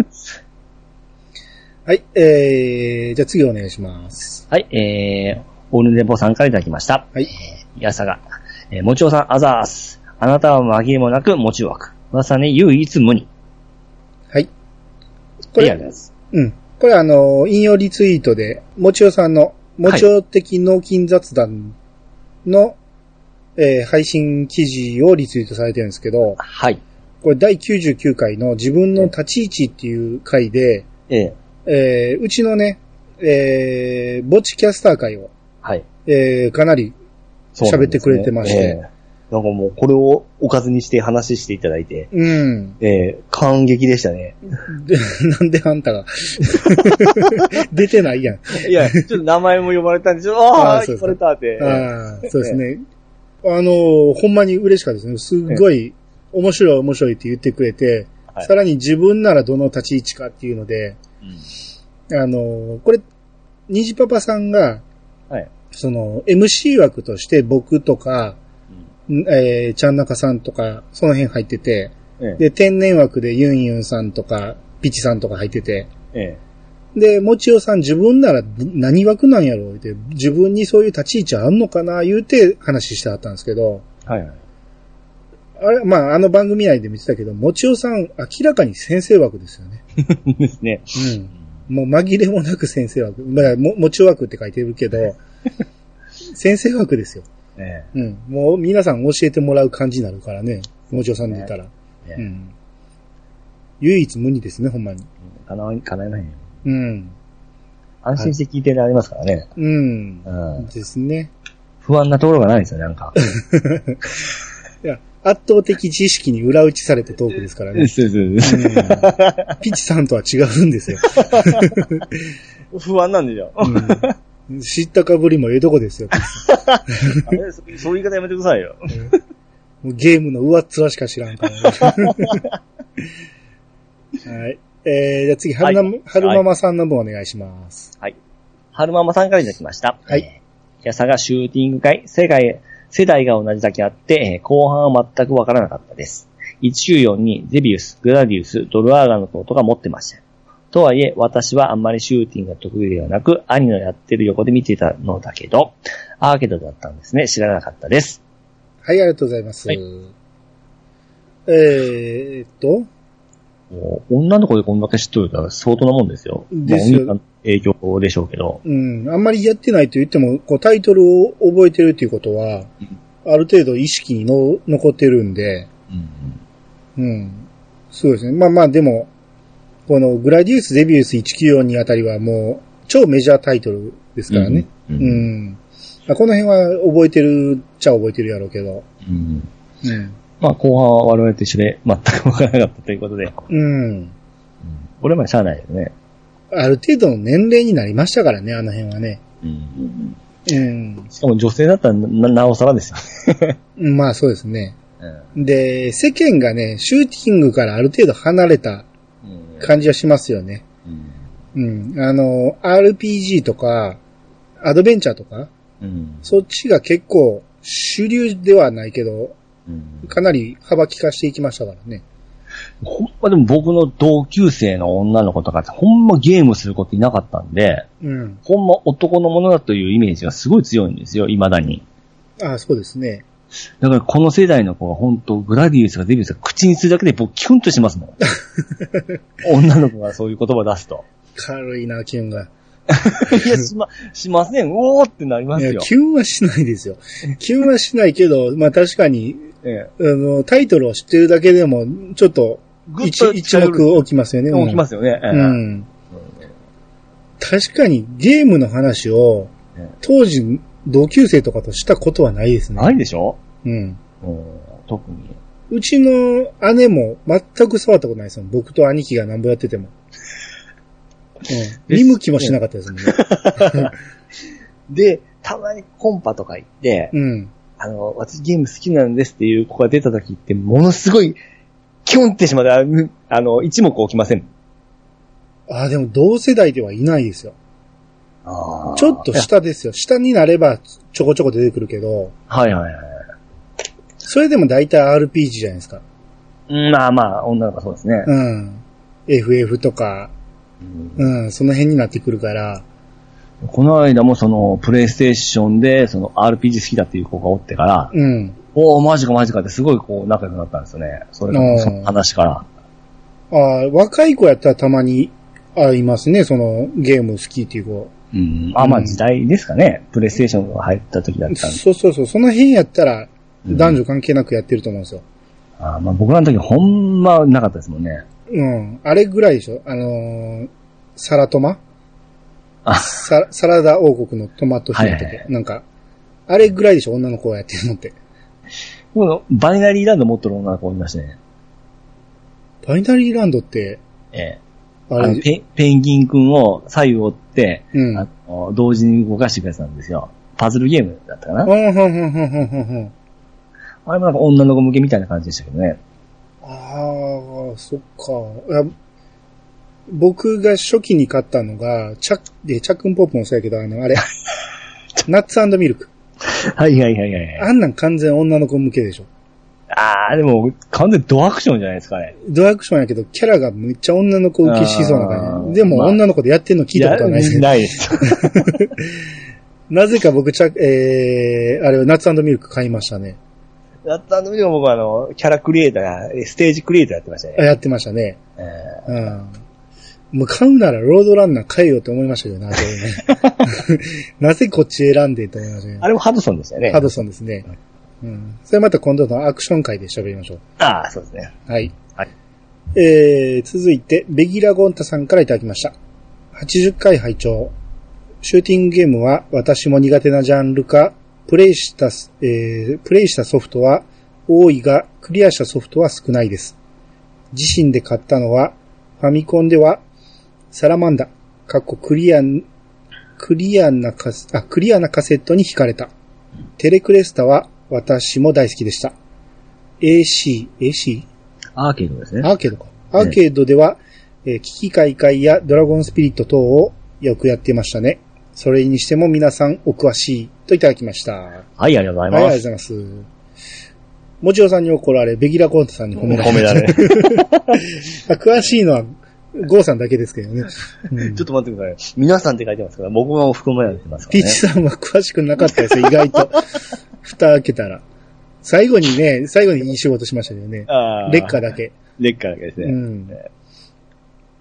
はい、じゃあ次お願いします。 はい、オールネポさんからいただきました。はい。やさが、もちおさん、あざーす。あなたは紛れもなくもち枠。まさに唯一無二。はい。これ、これ引用リツイートで、もちおさんの、もちお的脳筋雑談の、配信記事をリツイートされてるんですけど、はい。これ第99回の自分の立ち位置っていう回で、うちのね、墓地キャスター会を、はい。かなり喋ってくれてまして、 なんかもうこれをおかずにして話していただいて、感激でしたね。 なんであんたが出てないやん。 いや、ちょっと名前も呼ばれたんで、呼ばれたって。 そうですね。ほんまに嬉しかったですね。すっごい面白いって言ってくれて、さらに自分ならどの立ち位置かっていうので、これ、虹パパさんが、MC 枠として僕とか、ちゃんなかさんとか、その辺入ってて、で、天然枠でユンユンさんとか、ピチさんとか入ってて、で、もちおさん自分なら何枠なんやろうって、自分にそういう立ち位置あんのかな言うて話してはったんですけど、あれ、まあ、番組内で見てたけど、もちおさん明らかに先生枠ですよね。ですね。もう紛れもなく先生枠。まあ、もちお枠って書いてるけど、先生枠ですよ。もう皆さん教えてもらう感じになるからね。もちおさんで言ったら。唯一無二ですね、ほんまに。 叶えないよ。安心して聞いてられますからね。 ですね。 不安なところがないですよ、なんか。 いや、圧倒的知識に裏打ちされたトークですからね。ピチさんとは違うんですよ。 不安なんでしょ。 知ったかぶりもええとこですよ。 そういう言い方やめてくださいよ。 ゲームの上っ面しか知らんから、ね。はい。じゃあ次、春ママさんの分お願いします。 はい。春ママさんからいただきました。はい。やさがシューティング会、世代が同じだけあって、後半は全くわからなかったです。194にゼビウス、グラディウス、ドルアーガのことが持ってました。とはいえ、私はあんまりシューティングが得意ではなく、兄のやってる横で見ていたのだけど、アーケードだったんですね。知らなかったです。 はい、ありがとうございます。はい、 女の子でこんだけ知っとるから相当なもんですよ。 ですよ。 まあ、影響でしょうけど。 うん。あんまりやってないと言っても、こうタイトルを覚えてるっていうことは、ある程度意識に残ってるんで、うん。そうですね。まあまあでも、このグラディウス・デビウス194あたりはもう超メジャータイトルですからね。うん。この辺は覚えてるっちゃ覚えてるやろうけど。 まあ後半は我々と一緒で全くわからなかったということで。これまでしゃあないよね。 ある程度の年齢になりましたからね、あの辺はね。 しかも女性だったらなおさらですよ。 まあそうですね。で、世間がね、シューティングからある程度離れた感じはしますよね。RPG とか、アドベンチャーとか、そっちが結構主流ではないけど、かなり幅利かしていきましたからね。 ほんまでも僕の同級生の女の子とかってほんまゲームすることいなかったんで、ほんま男のものだというイメージがすごい強いんですよ、未だに。 ああ、そうですね。 だからこの世代の子は本当グラディウスがデビュースが口にするだけで僕キュンとしますもん。女の子がそういう言葉出すと。 軽いな、キュンが。 いや、しません。おーってなりますよ。 いや、キュンはしないですよ。キュンはしないけど、まあ確かに、タイトルを知ってるだけでも、ちょっと、一目置きますよね。 置きますよね。 確かにゲームの話を、当時、同級生とかとしたことはないですね。 ないでしょ？特に。 うちの姉も全く触ったことないですよ。僕と兄貴が何ぼやってても。見向きもしなかったですもんね。 で、たまにコンパとか行って、私ゲーム好きなんですっていう子が出た時って、ものすごい、キュンってしまう、一目置きません。 ああ、でも同世代ではいないですよ。ちょっと下ですよ。下になればちょこちょこ出てくるけど。それでも大体 RPG じゃないですか。 まあまあ、女の子そうですね。 FF とか、その辺になってくるから。 この間もその、プレイステーションで、その RPG 好きだっていう子がおってから、マジかってすごいこう仲良くなったんですよね。その話から。 若い子やったらたまに会いますね、そのゲーム好きっていう子。 まあ時代ですかね。プレイステーションが入った時だったんで。 そう。その辺やったら、男女関係なくやってると思うんですよ。 まあ僕らの時ほんまなかったですもんね。 あれぐらいでしょサラトマサラダ王国のトマト姫とか、なんか、あれぐらいでしょ女の子がやってるのって。 バイナリーランド持ってる女の子いましたね。 バイナリーランドって、 ペンギンくんを左右追って、同時に動かしていくやつなんですよ。パズルゲームだったかな。あれもなんか女の子向けみたいな感じでしたけどね。 そっか。僕が初期に買ったのが、チャックンポップもそうやけど、あれ、ナッツ&ミルク。 はい。 あんなん完全女の子向けでしょ。 でも、完全ドアクションじゃないですかね。 ドアクションやけど、キャラがめっちゃ女の子受けしそうな感じ。でも、女の子でやってんの聞いたことはないですけど。 ないです。 なぜか僕、あれ、ナッツ&ミルク買いましたね。 ナッツ&ミルクも僕キャラクリエイター、ステージクリエイターやってましたね。 やってましたね。もう買うならロードランナー買えよって思いましたけどな、なぜこっち選んでと思いましたね。 あれもハドソンでしたよね。 ハドソンですね。それまた今度のアクション回で喋りましょう。 そうですね。 はい。続いて、ベギラゴンタさんからいただきました。80回拝聴。シューティングゲームは私も苦手なジャンルか、プレイしたソフトは多いが、クリアしたソフトは少ないです。自身で買ったのは、ファミコンでは、サラマンダ、クリアなカセットに惹かれた。テレクレスタは私も大好きでした。AC? アーケードですね。 アーケードか。アーケードでは、危機開会やドラゴンスピリット等をよくやってましたね。それにしても皆さんお詳しいといただきました。はい、 ありがとうございます。 ありがとうございます。もちおさんに怒られ、ベギラコントさんに褒められ。詳しいのは、ゴーさんだけですけどね。 ちょっと待ってください。皆さんって書いてますから、僕も含まれてますからね。 ピッチさんは詳しくなかったですよ、意外と。蓋開けたら。最後にいい仕事しましたけどね。劣化だけ。 劣化だけですね。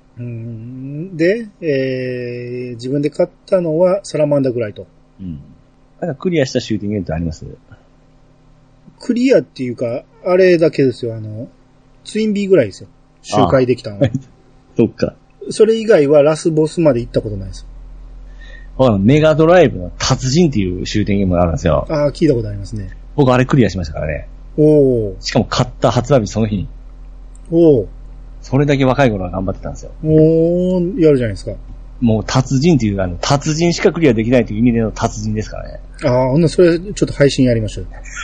で、自分で買ったのはサラマンダぐらいと。 うん。なんかクリアしたシューティングゲームってあります？ クリアっていうか、あれだけですよ、ツインビーぐらいですよ。周回できたの。 そっか。 それ以外はラスボスまで行ったことないです。 メガドライブの達人っていうシューティングゲームがあるんですよ。 ああ、聞いたことありますね。 僕あれクリアしましたからね。 おー。 しかも買った発売日その日に。 おー。 それだけ若い頃は頑張ってたんですよ。 おー、やるじゃないですか。 もう達人っていう達人しかクリアできないという意味での達人ですからね。 ああ、ほんなそれちょっと配信やりましょう。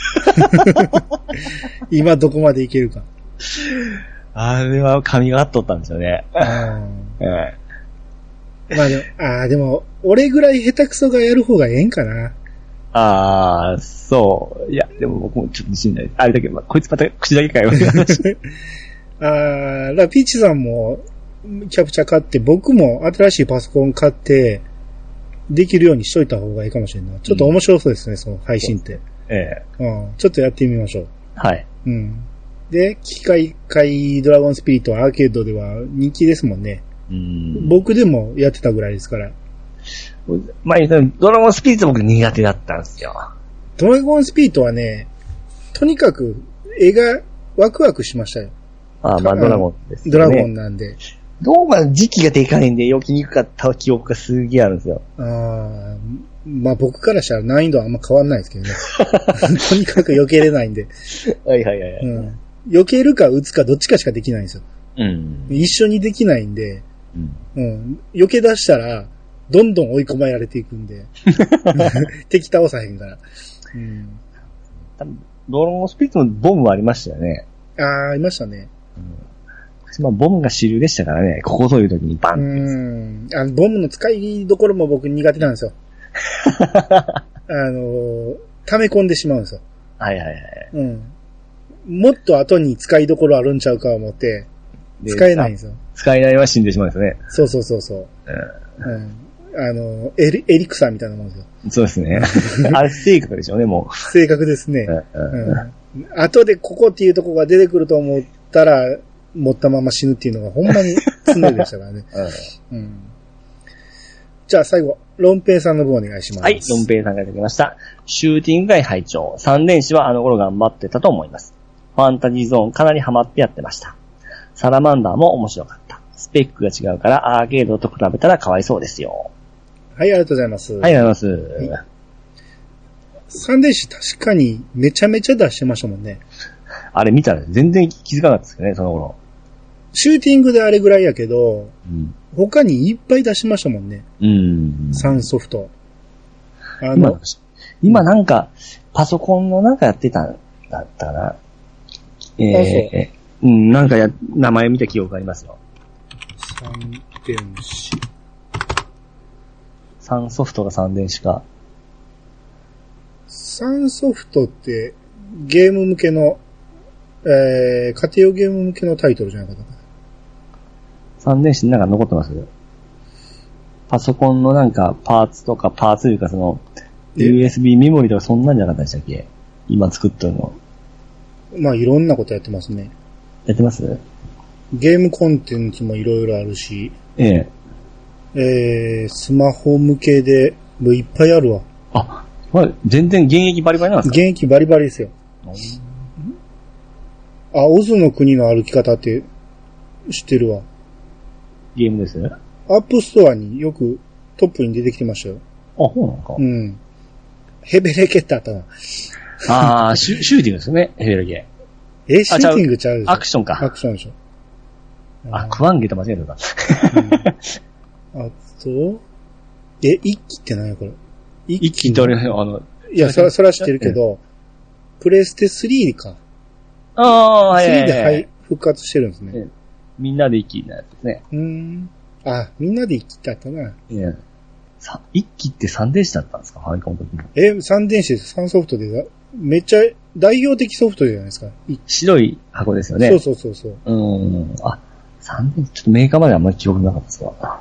今どこまでいけるか。 あれは神があっとったんですよね。 まあでも、俺ぐらい下手くそがやる方がええんかな。 ああ、そう。いや、でも僕もちょっと自信ない。あれだけど、こいつまた口だけかよ。 ピーチさんもキャプチャー買って、僕も新しいパソコン買って、できるようにしといた方がいいかもしれんない。ちょっと面白そうですね、その配信って。ちょっとやってみましょう。 はい。 うん。で、機械界ドラゴンスピリットはアーケードでは人気ですもんね。僕でもやってたぐらいですから。 まあ、ドラゴンスピリット僕苦手だったんですよ。 ドラゴンスピリットはね、とにかく絵がワクワクしましたよ。 まあドラゴンですね。 ドラゴンなんで。 どうも時期がでかいんで、避けにくかった記憶がすげえあるんですよ。 まあ僕からしたら難易度はあんま変わんないですけどね。とにかく避けれないんで。 はい。 避けるか撃つかどっちかしかできないんですよ。一緒にできないんで、避け出したら、どんどん追い込まれていくんで。敵倒さへんから。 多分ドラゴンスピリットのボムはありましたよね。 ありましたね。 まあ、ボムが主流でしたからね、ここぞいう時にバンって。ボムの使いどころも僕苦手なんですよ。溜め込んでしまうんですよ。はい。もっと後に使いどころあるんちゃうか思って、使えないんですよ。 使えないは死んでしまうんですよね。 そう。エリクサーみたいなもんですよ。 そうですね。あれ正確でしょうね、もう。 正確ですね。後でここっていうとこが出てくると思ったら、持ったまま死ぬっていうのがほんまに常でしたからね。じゃあ最後、ロンペイさんの分お願いします。 はい、ロンペイさんがいただきました。シューティング界拝聴。三連士はあの頃頑張ってたと思います。ファンタジーゾーンかなりハマってやってました。サラマンダーも面白かった。スペックが違うからアーケードと比べたらかわいそうですよ。 はい、ありがとうございます。 はい、ありがとうございます。 三連士確かにめちゃめちゃ出してましたもんね。 あれ見たら全然気づかなかったですよね、その頃。 シューティングであれぐらいやけど、他にいっぱい出しましたもんね。3ソフト。 今なんか、パソコンのなんかやってたんだったかな。なんか名前見た記憶がありますよ。 三電子。 3ソフトが3電子か。 3ソフトってゲーム向けの、家庭用ゲーム向けのタイトルじゃなかったかな。 3電子なんか残ってます？パソコンのなんかパーツとかパーツというかその USB メモリとかそんなんじゃなかったでしたっけ？今作ってるの。 まあいろんなことやってますね。 やってます？ ゲームコンテンツもいろいろあるし。スマホ向けでもういっぱいあるわ。 全然現役バリバリなんですか？ 現役バリバリですよ。オズの国の歩き方って知ってるわ。 ゲームですね。 アップストアによくトップに出てきてましたよ。 そうなのか。 ヘベレケってあったな。 シューティングですね、ヘベレケ。 シューティングちゃうでしょ。 アクションか。 アクションでしょ。 クワンゲと間違えた。 あと、一機って何やこれ。 一機ってあれ、 いや、それは知ってるけど、プレステ3か。3で復活してるんですね。 みんなで一機なやつですね。 みんなで一機ってあったな。 一機って3電子だったんですか？ファミコンの時も。 3電子です。3ソフトで、めっちゃ代表的ソフトじゃないですか。 白い箱ですよね。 そう。 3電子、ちょっとメーカーまであんまり記憶なかったですわ。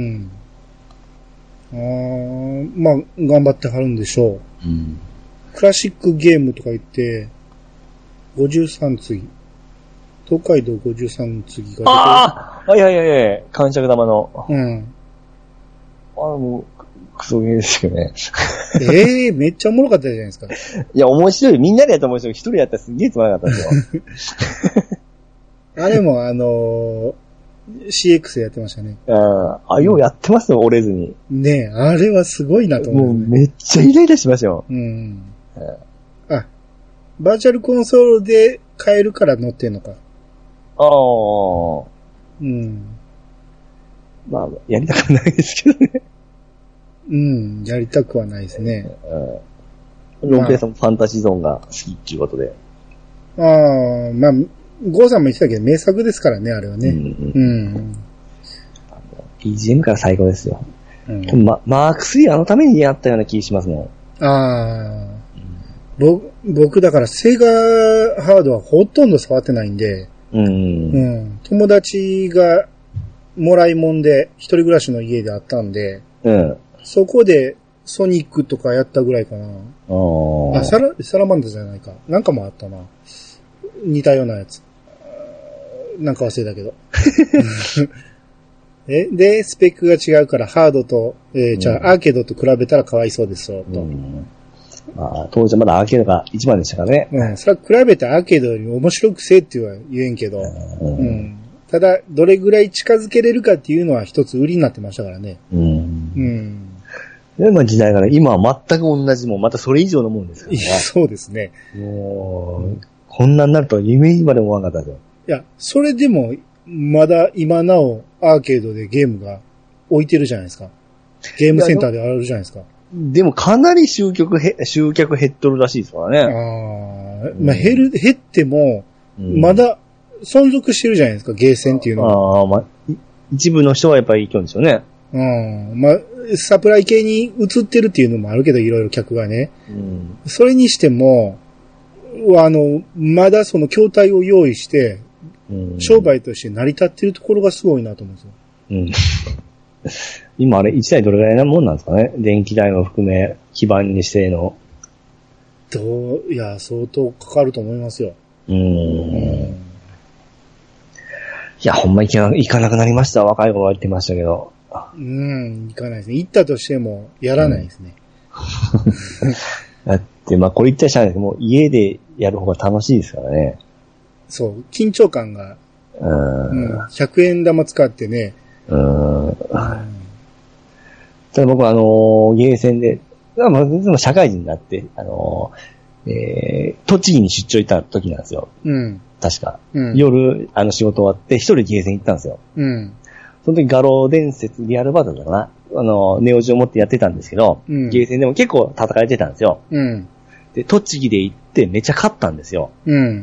まあ、頑張ってはるんでしょう。クラシックゲームとか言って、53次。 東海道53の次が。 ああ、はいはいはい。感触玉の。 うん。 もう、クソゲーですよね。 めっちゃおもろかったじゃないですか。 いや、面白い。みんなでやったら面白い。一人やったらすげえつまらなかったですよ。 あれもCX でやってましたね。 ようやってますよ、折れずに。 ねえ、あれはすごいなと思う、 ね。もうめっちゃイライラしましたよ。 うん。バーチャルコンソールで買えるから乗ってんのか。うん。 まあ、やりたくないですけどね。 うん、やりたくはないですね。 ロンペイさんもファンタジーゾーンが好きっていうことで。 まあ、ゴーさんも言ってたけど名作ですからね、あれはね。 BGM から最高ですよ。マーク3あのためにやったような気しますもん。 僕だからセガハードはほとんど触ってないんで、友達がもらいもんで一人暮らしの家であったんで、そこでソニックとかやったぐらいかな。サラマンダじゃないか。なんかもあったな。似たようなやつ。なんか忘れたけど。で、スペックが違うからハードと、じゃあアーケードと比べたらかわいそうですよ、と。 当時はまだアーケードが一番でしたからね。 それは比べてアーケードより面白くせえっては言えんけど、ただ、どれぐらい近づけれるかっていうのは一つ売りになってましたからね。 で、時代から今は全く同じもん、またそれ以上のもんですからね。 そうですね。 もう、こんなになるとは夢にまで思わなかったですよ。 いや、それでも、まだ今なおアーケードでゲームが置いてるじゃないですか。ゲームセンターであるじゃないですか。 でもかなり集客減っとるらしいですからね。減っても、まだ存続してるじゃないですか、ゲーセンっていうのは。 一部の人はやっぱり行くんですよね。 サプライ系に移ってるっていうのもあるけど、いろいろ客がね。それにしても、まだその筐体を用意して、商売として成り立ってるところがすごいなと思うんですよ。今あれ1台どれぐらいなもんなんですかね、電気代も含め、基板にしての。 いや、相当かかると思いますよ。 いや、ほんま行かなくなりました。若い頃は言ってましたけど。 行かないですね。行ったとしても、やらないですね。 だって、これ言ったらしゃあないですけど、もう家でやる方が楽しいですからね。 そう、緊張感が、100円玉使ってね。 ただ僕はゲーセンで、社会人になって、栃木に出張行った時なんですよ。確か。夜、仕事終わって一人でゲーセン行ったんですよ。その時画廊伝説リアルバトルだかな。ネオジを持ってやってたんですけど、ゲーセンでも結構叩かれてたんですよ。で、栃木で行ってめっちゃ勝ったんですよ。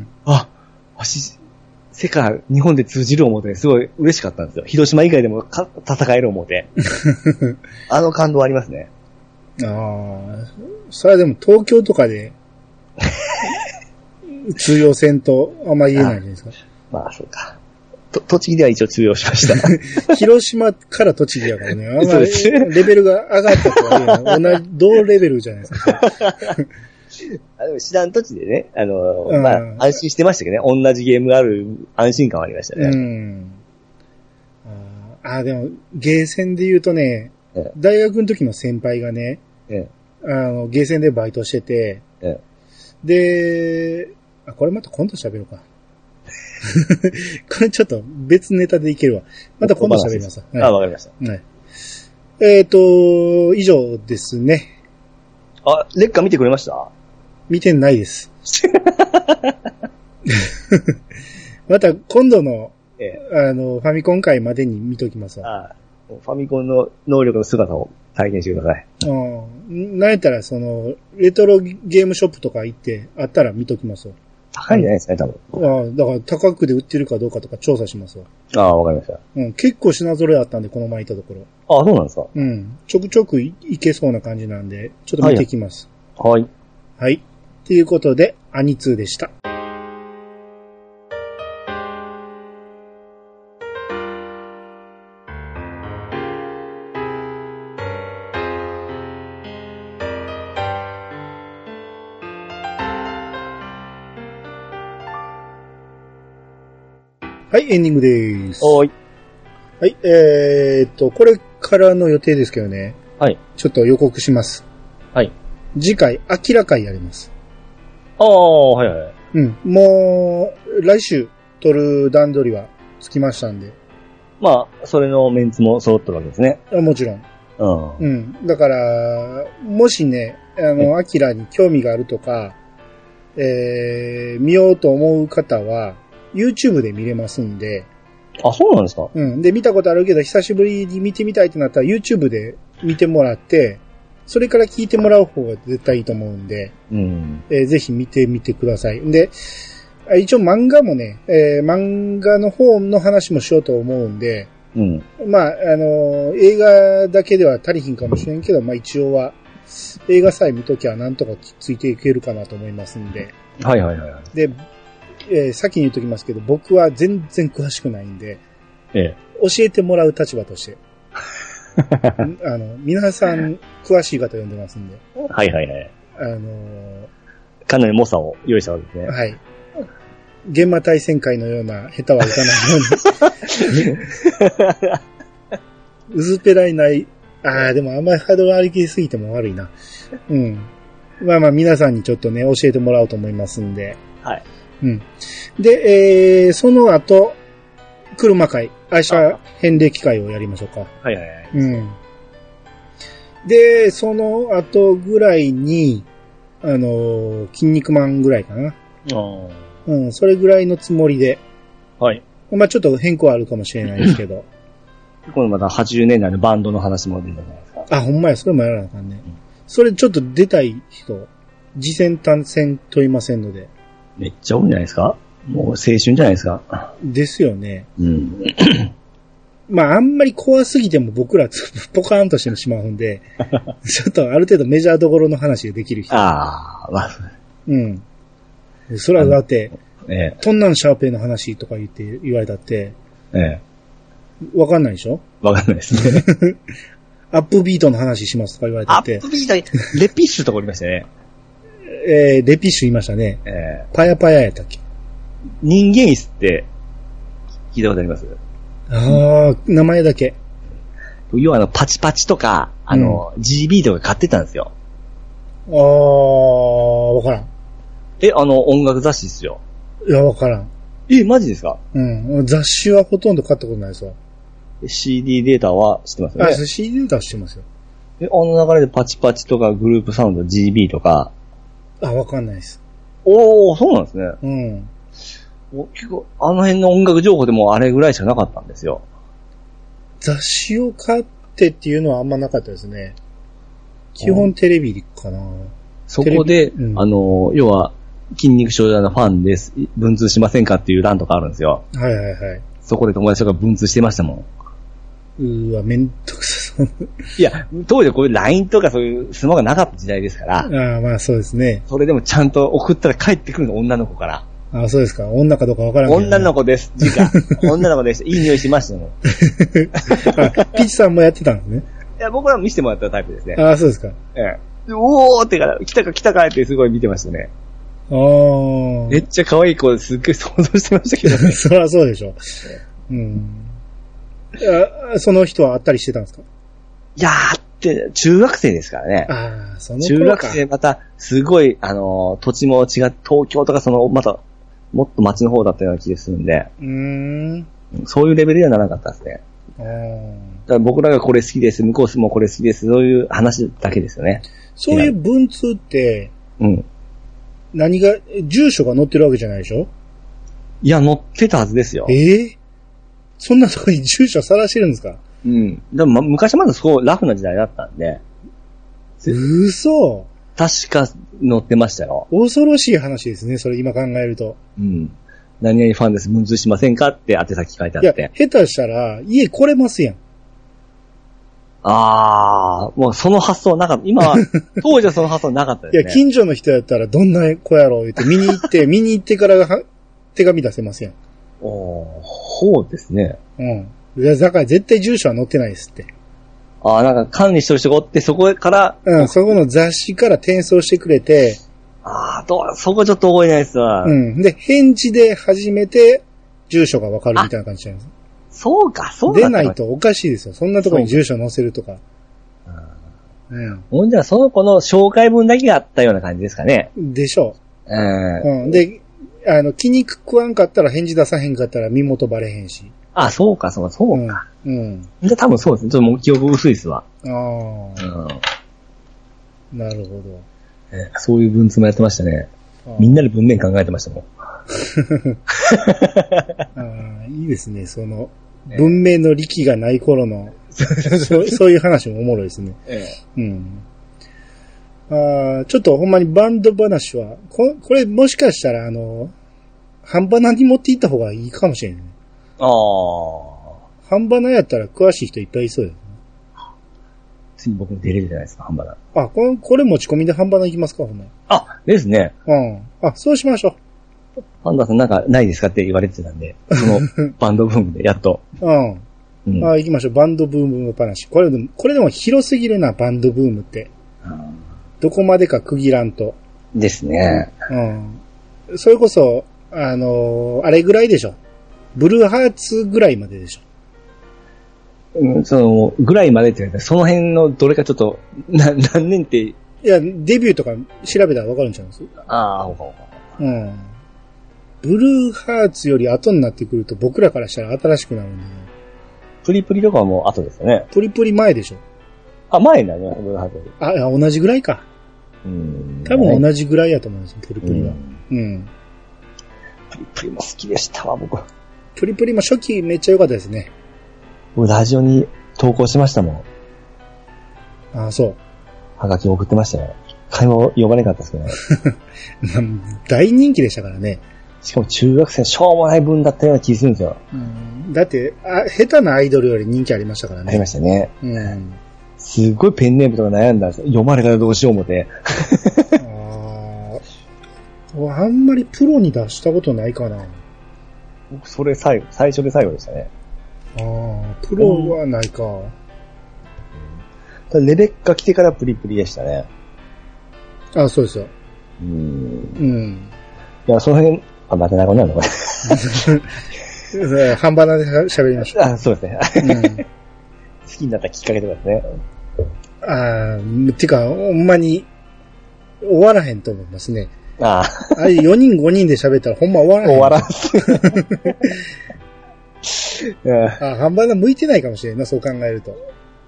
世界、日本で通じる思うて、すごい嬉しかったんですよ。広島以外でも戦える思うて。感動ありますね。 それはでも東京とかで、通用戦とあんま言えないじゃないですか。 そうか。栃木では一応通用しました。 広島から栃木だからね。あんまりレベルが上がったとは言えない。同レベルじゃないですか。 知らん土地でね、安心してましたけどね。同じゲームがある安心感はありましたね。 でも、ゲーセンで言うとね、大学の時の先輩がね、ゲーセンでバイトしてて、で、これまた今度喋ろうか。これちょっと別ネタでいけるわ。また今度喋ります。 わかりました。 以上ですね。 レッカー見てくれました？ 見てないです。また今度の、ファミコン会までに見ときますわ。 ファミコンの能力の姿を体験してください。 なんやったら、レトロゲームショップとか行って、あったら見ときますわ。 高いんじゃないですかね、多分。だから高くで売ってるかどうかとか調査しますわ。 わかりました。 結構品揃えあったんで、この前行ったところ。 そうなんですか？ ちょくちょくいけそうな感じなんで、ちょっと見てきます。 はい。 はい。ということで、アニツーでした。 はい、エンディングです。 おーい。 はい、これからの予定ですけどね。 はい。 ちょっと予告します。 はい。 次回、明らかにやります。 ああ、はいはい。 うん。もう、来週、撮る段取りはつきましたんで。 まあ、それのメンツも揃ってるわけですね。 もちろん。うん。だから、もしね、アキラに興味があるとか、見ようと思う方は、YouTube で見れますんで。 あ、そうなんですか？ うん。で、見たことあるけど、久しぶりに見てみたいってなったら、YouTube で見てもらって、それから聞いてもらう方が絶対いいと思うんで、 うん。 ぜひ見てみてください。で、一応漫画もね、漫画の方の話もしようと思うんで、 うん。 まあ、映画だけでは足りひんかもしれんけど、まあ一応は、映画さえ見ときゃなんとかついていけるかなと思いますんで。 はいはいはい。 で、先に言っときますけど、僕は全然詳しくないんで、教えてもらう立場として。皆さん詳しい方呼んでますんで。 はいはいはい。かなり猛者を用意したわけですね。 はい。現場対戦会のような下手は打たないように。薄っぺらいない。でもあんまりハードル歩きすぎても悪いな。うん。まあまあ皆さんにちょっとね、教えてもらおうと思いますんで。 はい。 うん。で、その後、車会、愛車遍歴会をやりましょうか。 はいはいはい。 うん。で、その後ぐらいに、筋肉マンぐらいかな。うん、それぐらいのつもりで。 はい。 まあちょっと変更あるかもしれないですけど。 このまた80年代のバンドの話も出るじゃないですか。 ほんまや、それもやらなあかんね。それちょっと出たい人、次戦単戦問いませんので。 めっちゃ多いんじゃないですか？もう青春じゃないですか。 ですよね。 うん。 まああんまり怖すぎても僕らポカーンとしてしまうんで、ちょっとある程度メジャーどころの話ができる人。 まあ。 うん。それはだって、トンナンシャーペイの話とか言われたって、わかんないでしょ？ わかんないですね。 アップビートの話しますとか言われたって。 アップビート、レピッシュとかおりましたね。 レピッシュ言いましたね。パヤパヤやったっけ？ 人間椅子って聞いたことあります？ 名前だけ。 要はパチパチとか、GB とか買ってたんですよ。 わからん。 音楽雑誌ですよ。 いや、わからん。 マジですか？ うん。雑誌はほとんど買ったことないですわ。 CD データは知ってますよね。 CD データは知ってますよ。 流れでパチパチとかグループサウンド GB とか。 わかんないです。 そうなんですね。 うん。 結構、あの辺の音楽情報でもあれぐらいしかなかったんですよ。 雑誌を買ってっていうのはあんまなかったですね。基本テレビかな。 そこで、要は、筋肉症状のファンです。文通しませんかっていう欄とかあるんですよ。 はいはいはい。 そこで友達とか文通してましたもん。めんどくさそう。 いや、当時こういう LINE とかそういうスマホがなかった時代ですから。 まあそうですね。 それでもちゃんと送ったら帰ってくるの、女の子から。 そうですか。女かどうかわからんけど、ね。 女の子です。女の子です。いい匂いしましたもん。 ピッチさんもやってたんですね。 いや、僕ら見せてもらったタイプですね。 そうですか。 おーってから、来たかってすごい見てましたね。めっちゃ可愛い子ですっごい想像してましたけどね。 そりゃそうでしょ。うん。その人は会ったりしてたんですか？ いや中学生ですからね。 その中学生また、すごい、土地も違う、東京とかまた、もっと街の方だったような気がするんで。そういうレベルではならなかったですね。だから僕らがこれ好きです、向こうもこれ好きです、そういう話だけですよね。 そういう文通って、何が、住所が載ってるわけじゃないでしょ？ いや、載ってたはずですよ。 そんなとこに住所晒してるんですか？ でも、昔まだラフな時代だったんで。 嘘？ 確か載ってましたよ。 恐ろしい話ですね、それ今考えると。 何々ファンです、文通しませんかって宛先書いてあって。 いや、下手したら、家来れますやん。 もうその発想なかった。今は、当時はその発想なかったですね。 いや、近所の人やったらどんな子やろう言って見に行ってから手紙出せますやん。 そうですね。 だから絶対住所は載ってないですって。 なんか管理してる人がおって、そこから。 そこの雑誌から転送してくれて。 そこちょっと覚えないですわ。 で、返事で初めて、 住所がわかるみたいな感じじゃないですか。 そうか、そう出ないとおかしいですよ。そんなところに住所載せるとか。 ほんじゃその子の紹介文だけがあったような感じですかね。 でしょう。で、気に食わんかったら返事出さへんかったら身元バレへんし。 あ、そうか。じゃ多分そうですね。ちょっともう記憶薄いですわ。 なるほど。 そういう文通もやってましたね。みんなで文面考えてましたもん。いいですね。その、文明の力がない頃の、そういう話もおもろいですね。ちょっとほんまにバンド話は、これもしかしたら半ばなに持っていった方がいいかもしれない。半ばなやったら詳しい人いっぱいいそうよ、ね。 次僕も出れるじゃないですか、半ばな。 これ持ち込みで半ばな行きますか、ほんま。 ですね。 そうしましょう。パンダさんなんかないですかって言われてたんで、そのバンドブームでやっと。 行きましょう。バンドブーム話。これでも広すぎるな、バンドブームって。どこまでか区切らんと。 ですね。 それこそ、あれぐらいでしょ。ブルーハーツぐらいまででしょ。 ぐらいまでって言われたら、その辺のどれかちょっと、何年って。いや、デビューとか調べたらわかるんちゃうんです？ブルーハーツより後になってくると僕らからしたら新しくなるんで。 プリプリとかはもう後ですよね。 プリプリ前でしょ。 前だね、ブルーハーツより。同じぐらいか。多分同じぐらいやと思うんですよ、プリプリは。プリプリも好きでしたわ、僕。 プリプリも初期めっちゃ良かったですね。 ラジオに投稿しましたもん。そう。 はがき送ってましたよ。一回も呼ばれなかったですけどね。 大人気でしたからね。 しかも中学生しょうもない分だったような気がするんですよ。 だって、下手なアイドルより人気ありましたからね。 ありましたね。すごいペンネームとか悩んだんですよ。読まれたらどうしよう思って。 あんまりプロに出したことないかな。 僕、それ最初で最後でしたね。 プロはないか。 レベッカ来てからプリプリでしたね。 そうですよ。 いや、その辺、またなくなるのかな。半ばなで喋りましょう。 そうですね。好きになったきっかけとかですね。 てか、ほんまに、終わらへんと思いますね。 あれ4人5人で喋ったらほんま終わらへん。 終わらん。 半ばな向いてないかもしれんな、そう考えると。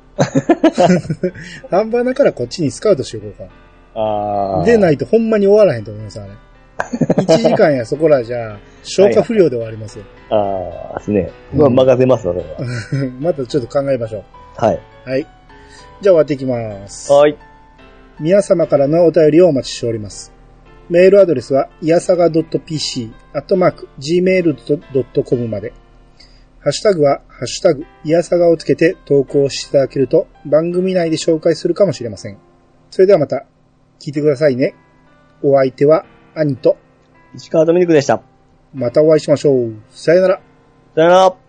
半ばなからこっちにスカウトしようか。でないとほんまに終わらへんと思います、あれ。1時間やそこらじゃ、消化不良で終わりますよ。 ですね。任せますわ、それは。 またちょっと考えましょう。 はい。 はい。じゃあ終わっていきます。 はい。 皆様からのお便りをお待ちしております。メールアドレスは、いやさが .pc@gmail.com まで。ハッシュタグは、ハッシュタグ、いやさがをつけて投稿していただけると、番組内で紹介するかもしれません。それではまた、聞いてくださいね。お相手は、兄と、 石川ドミニクでした。 またお会いしましょう。さよなら。 さよなら。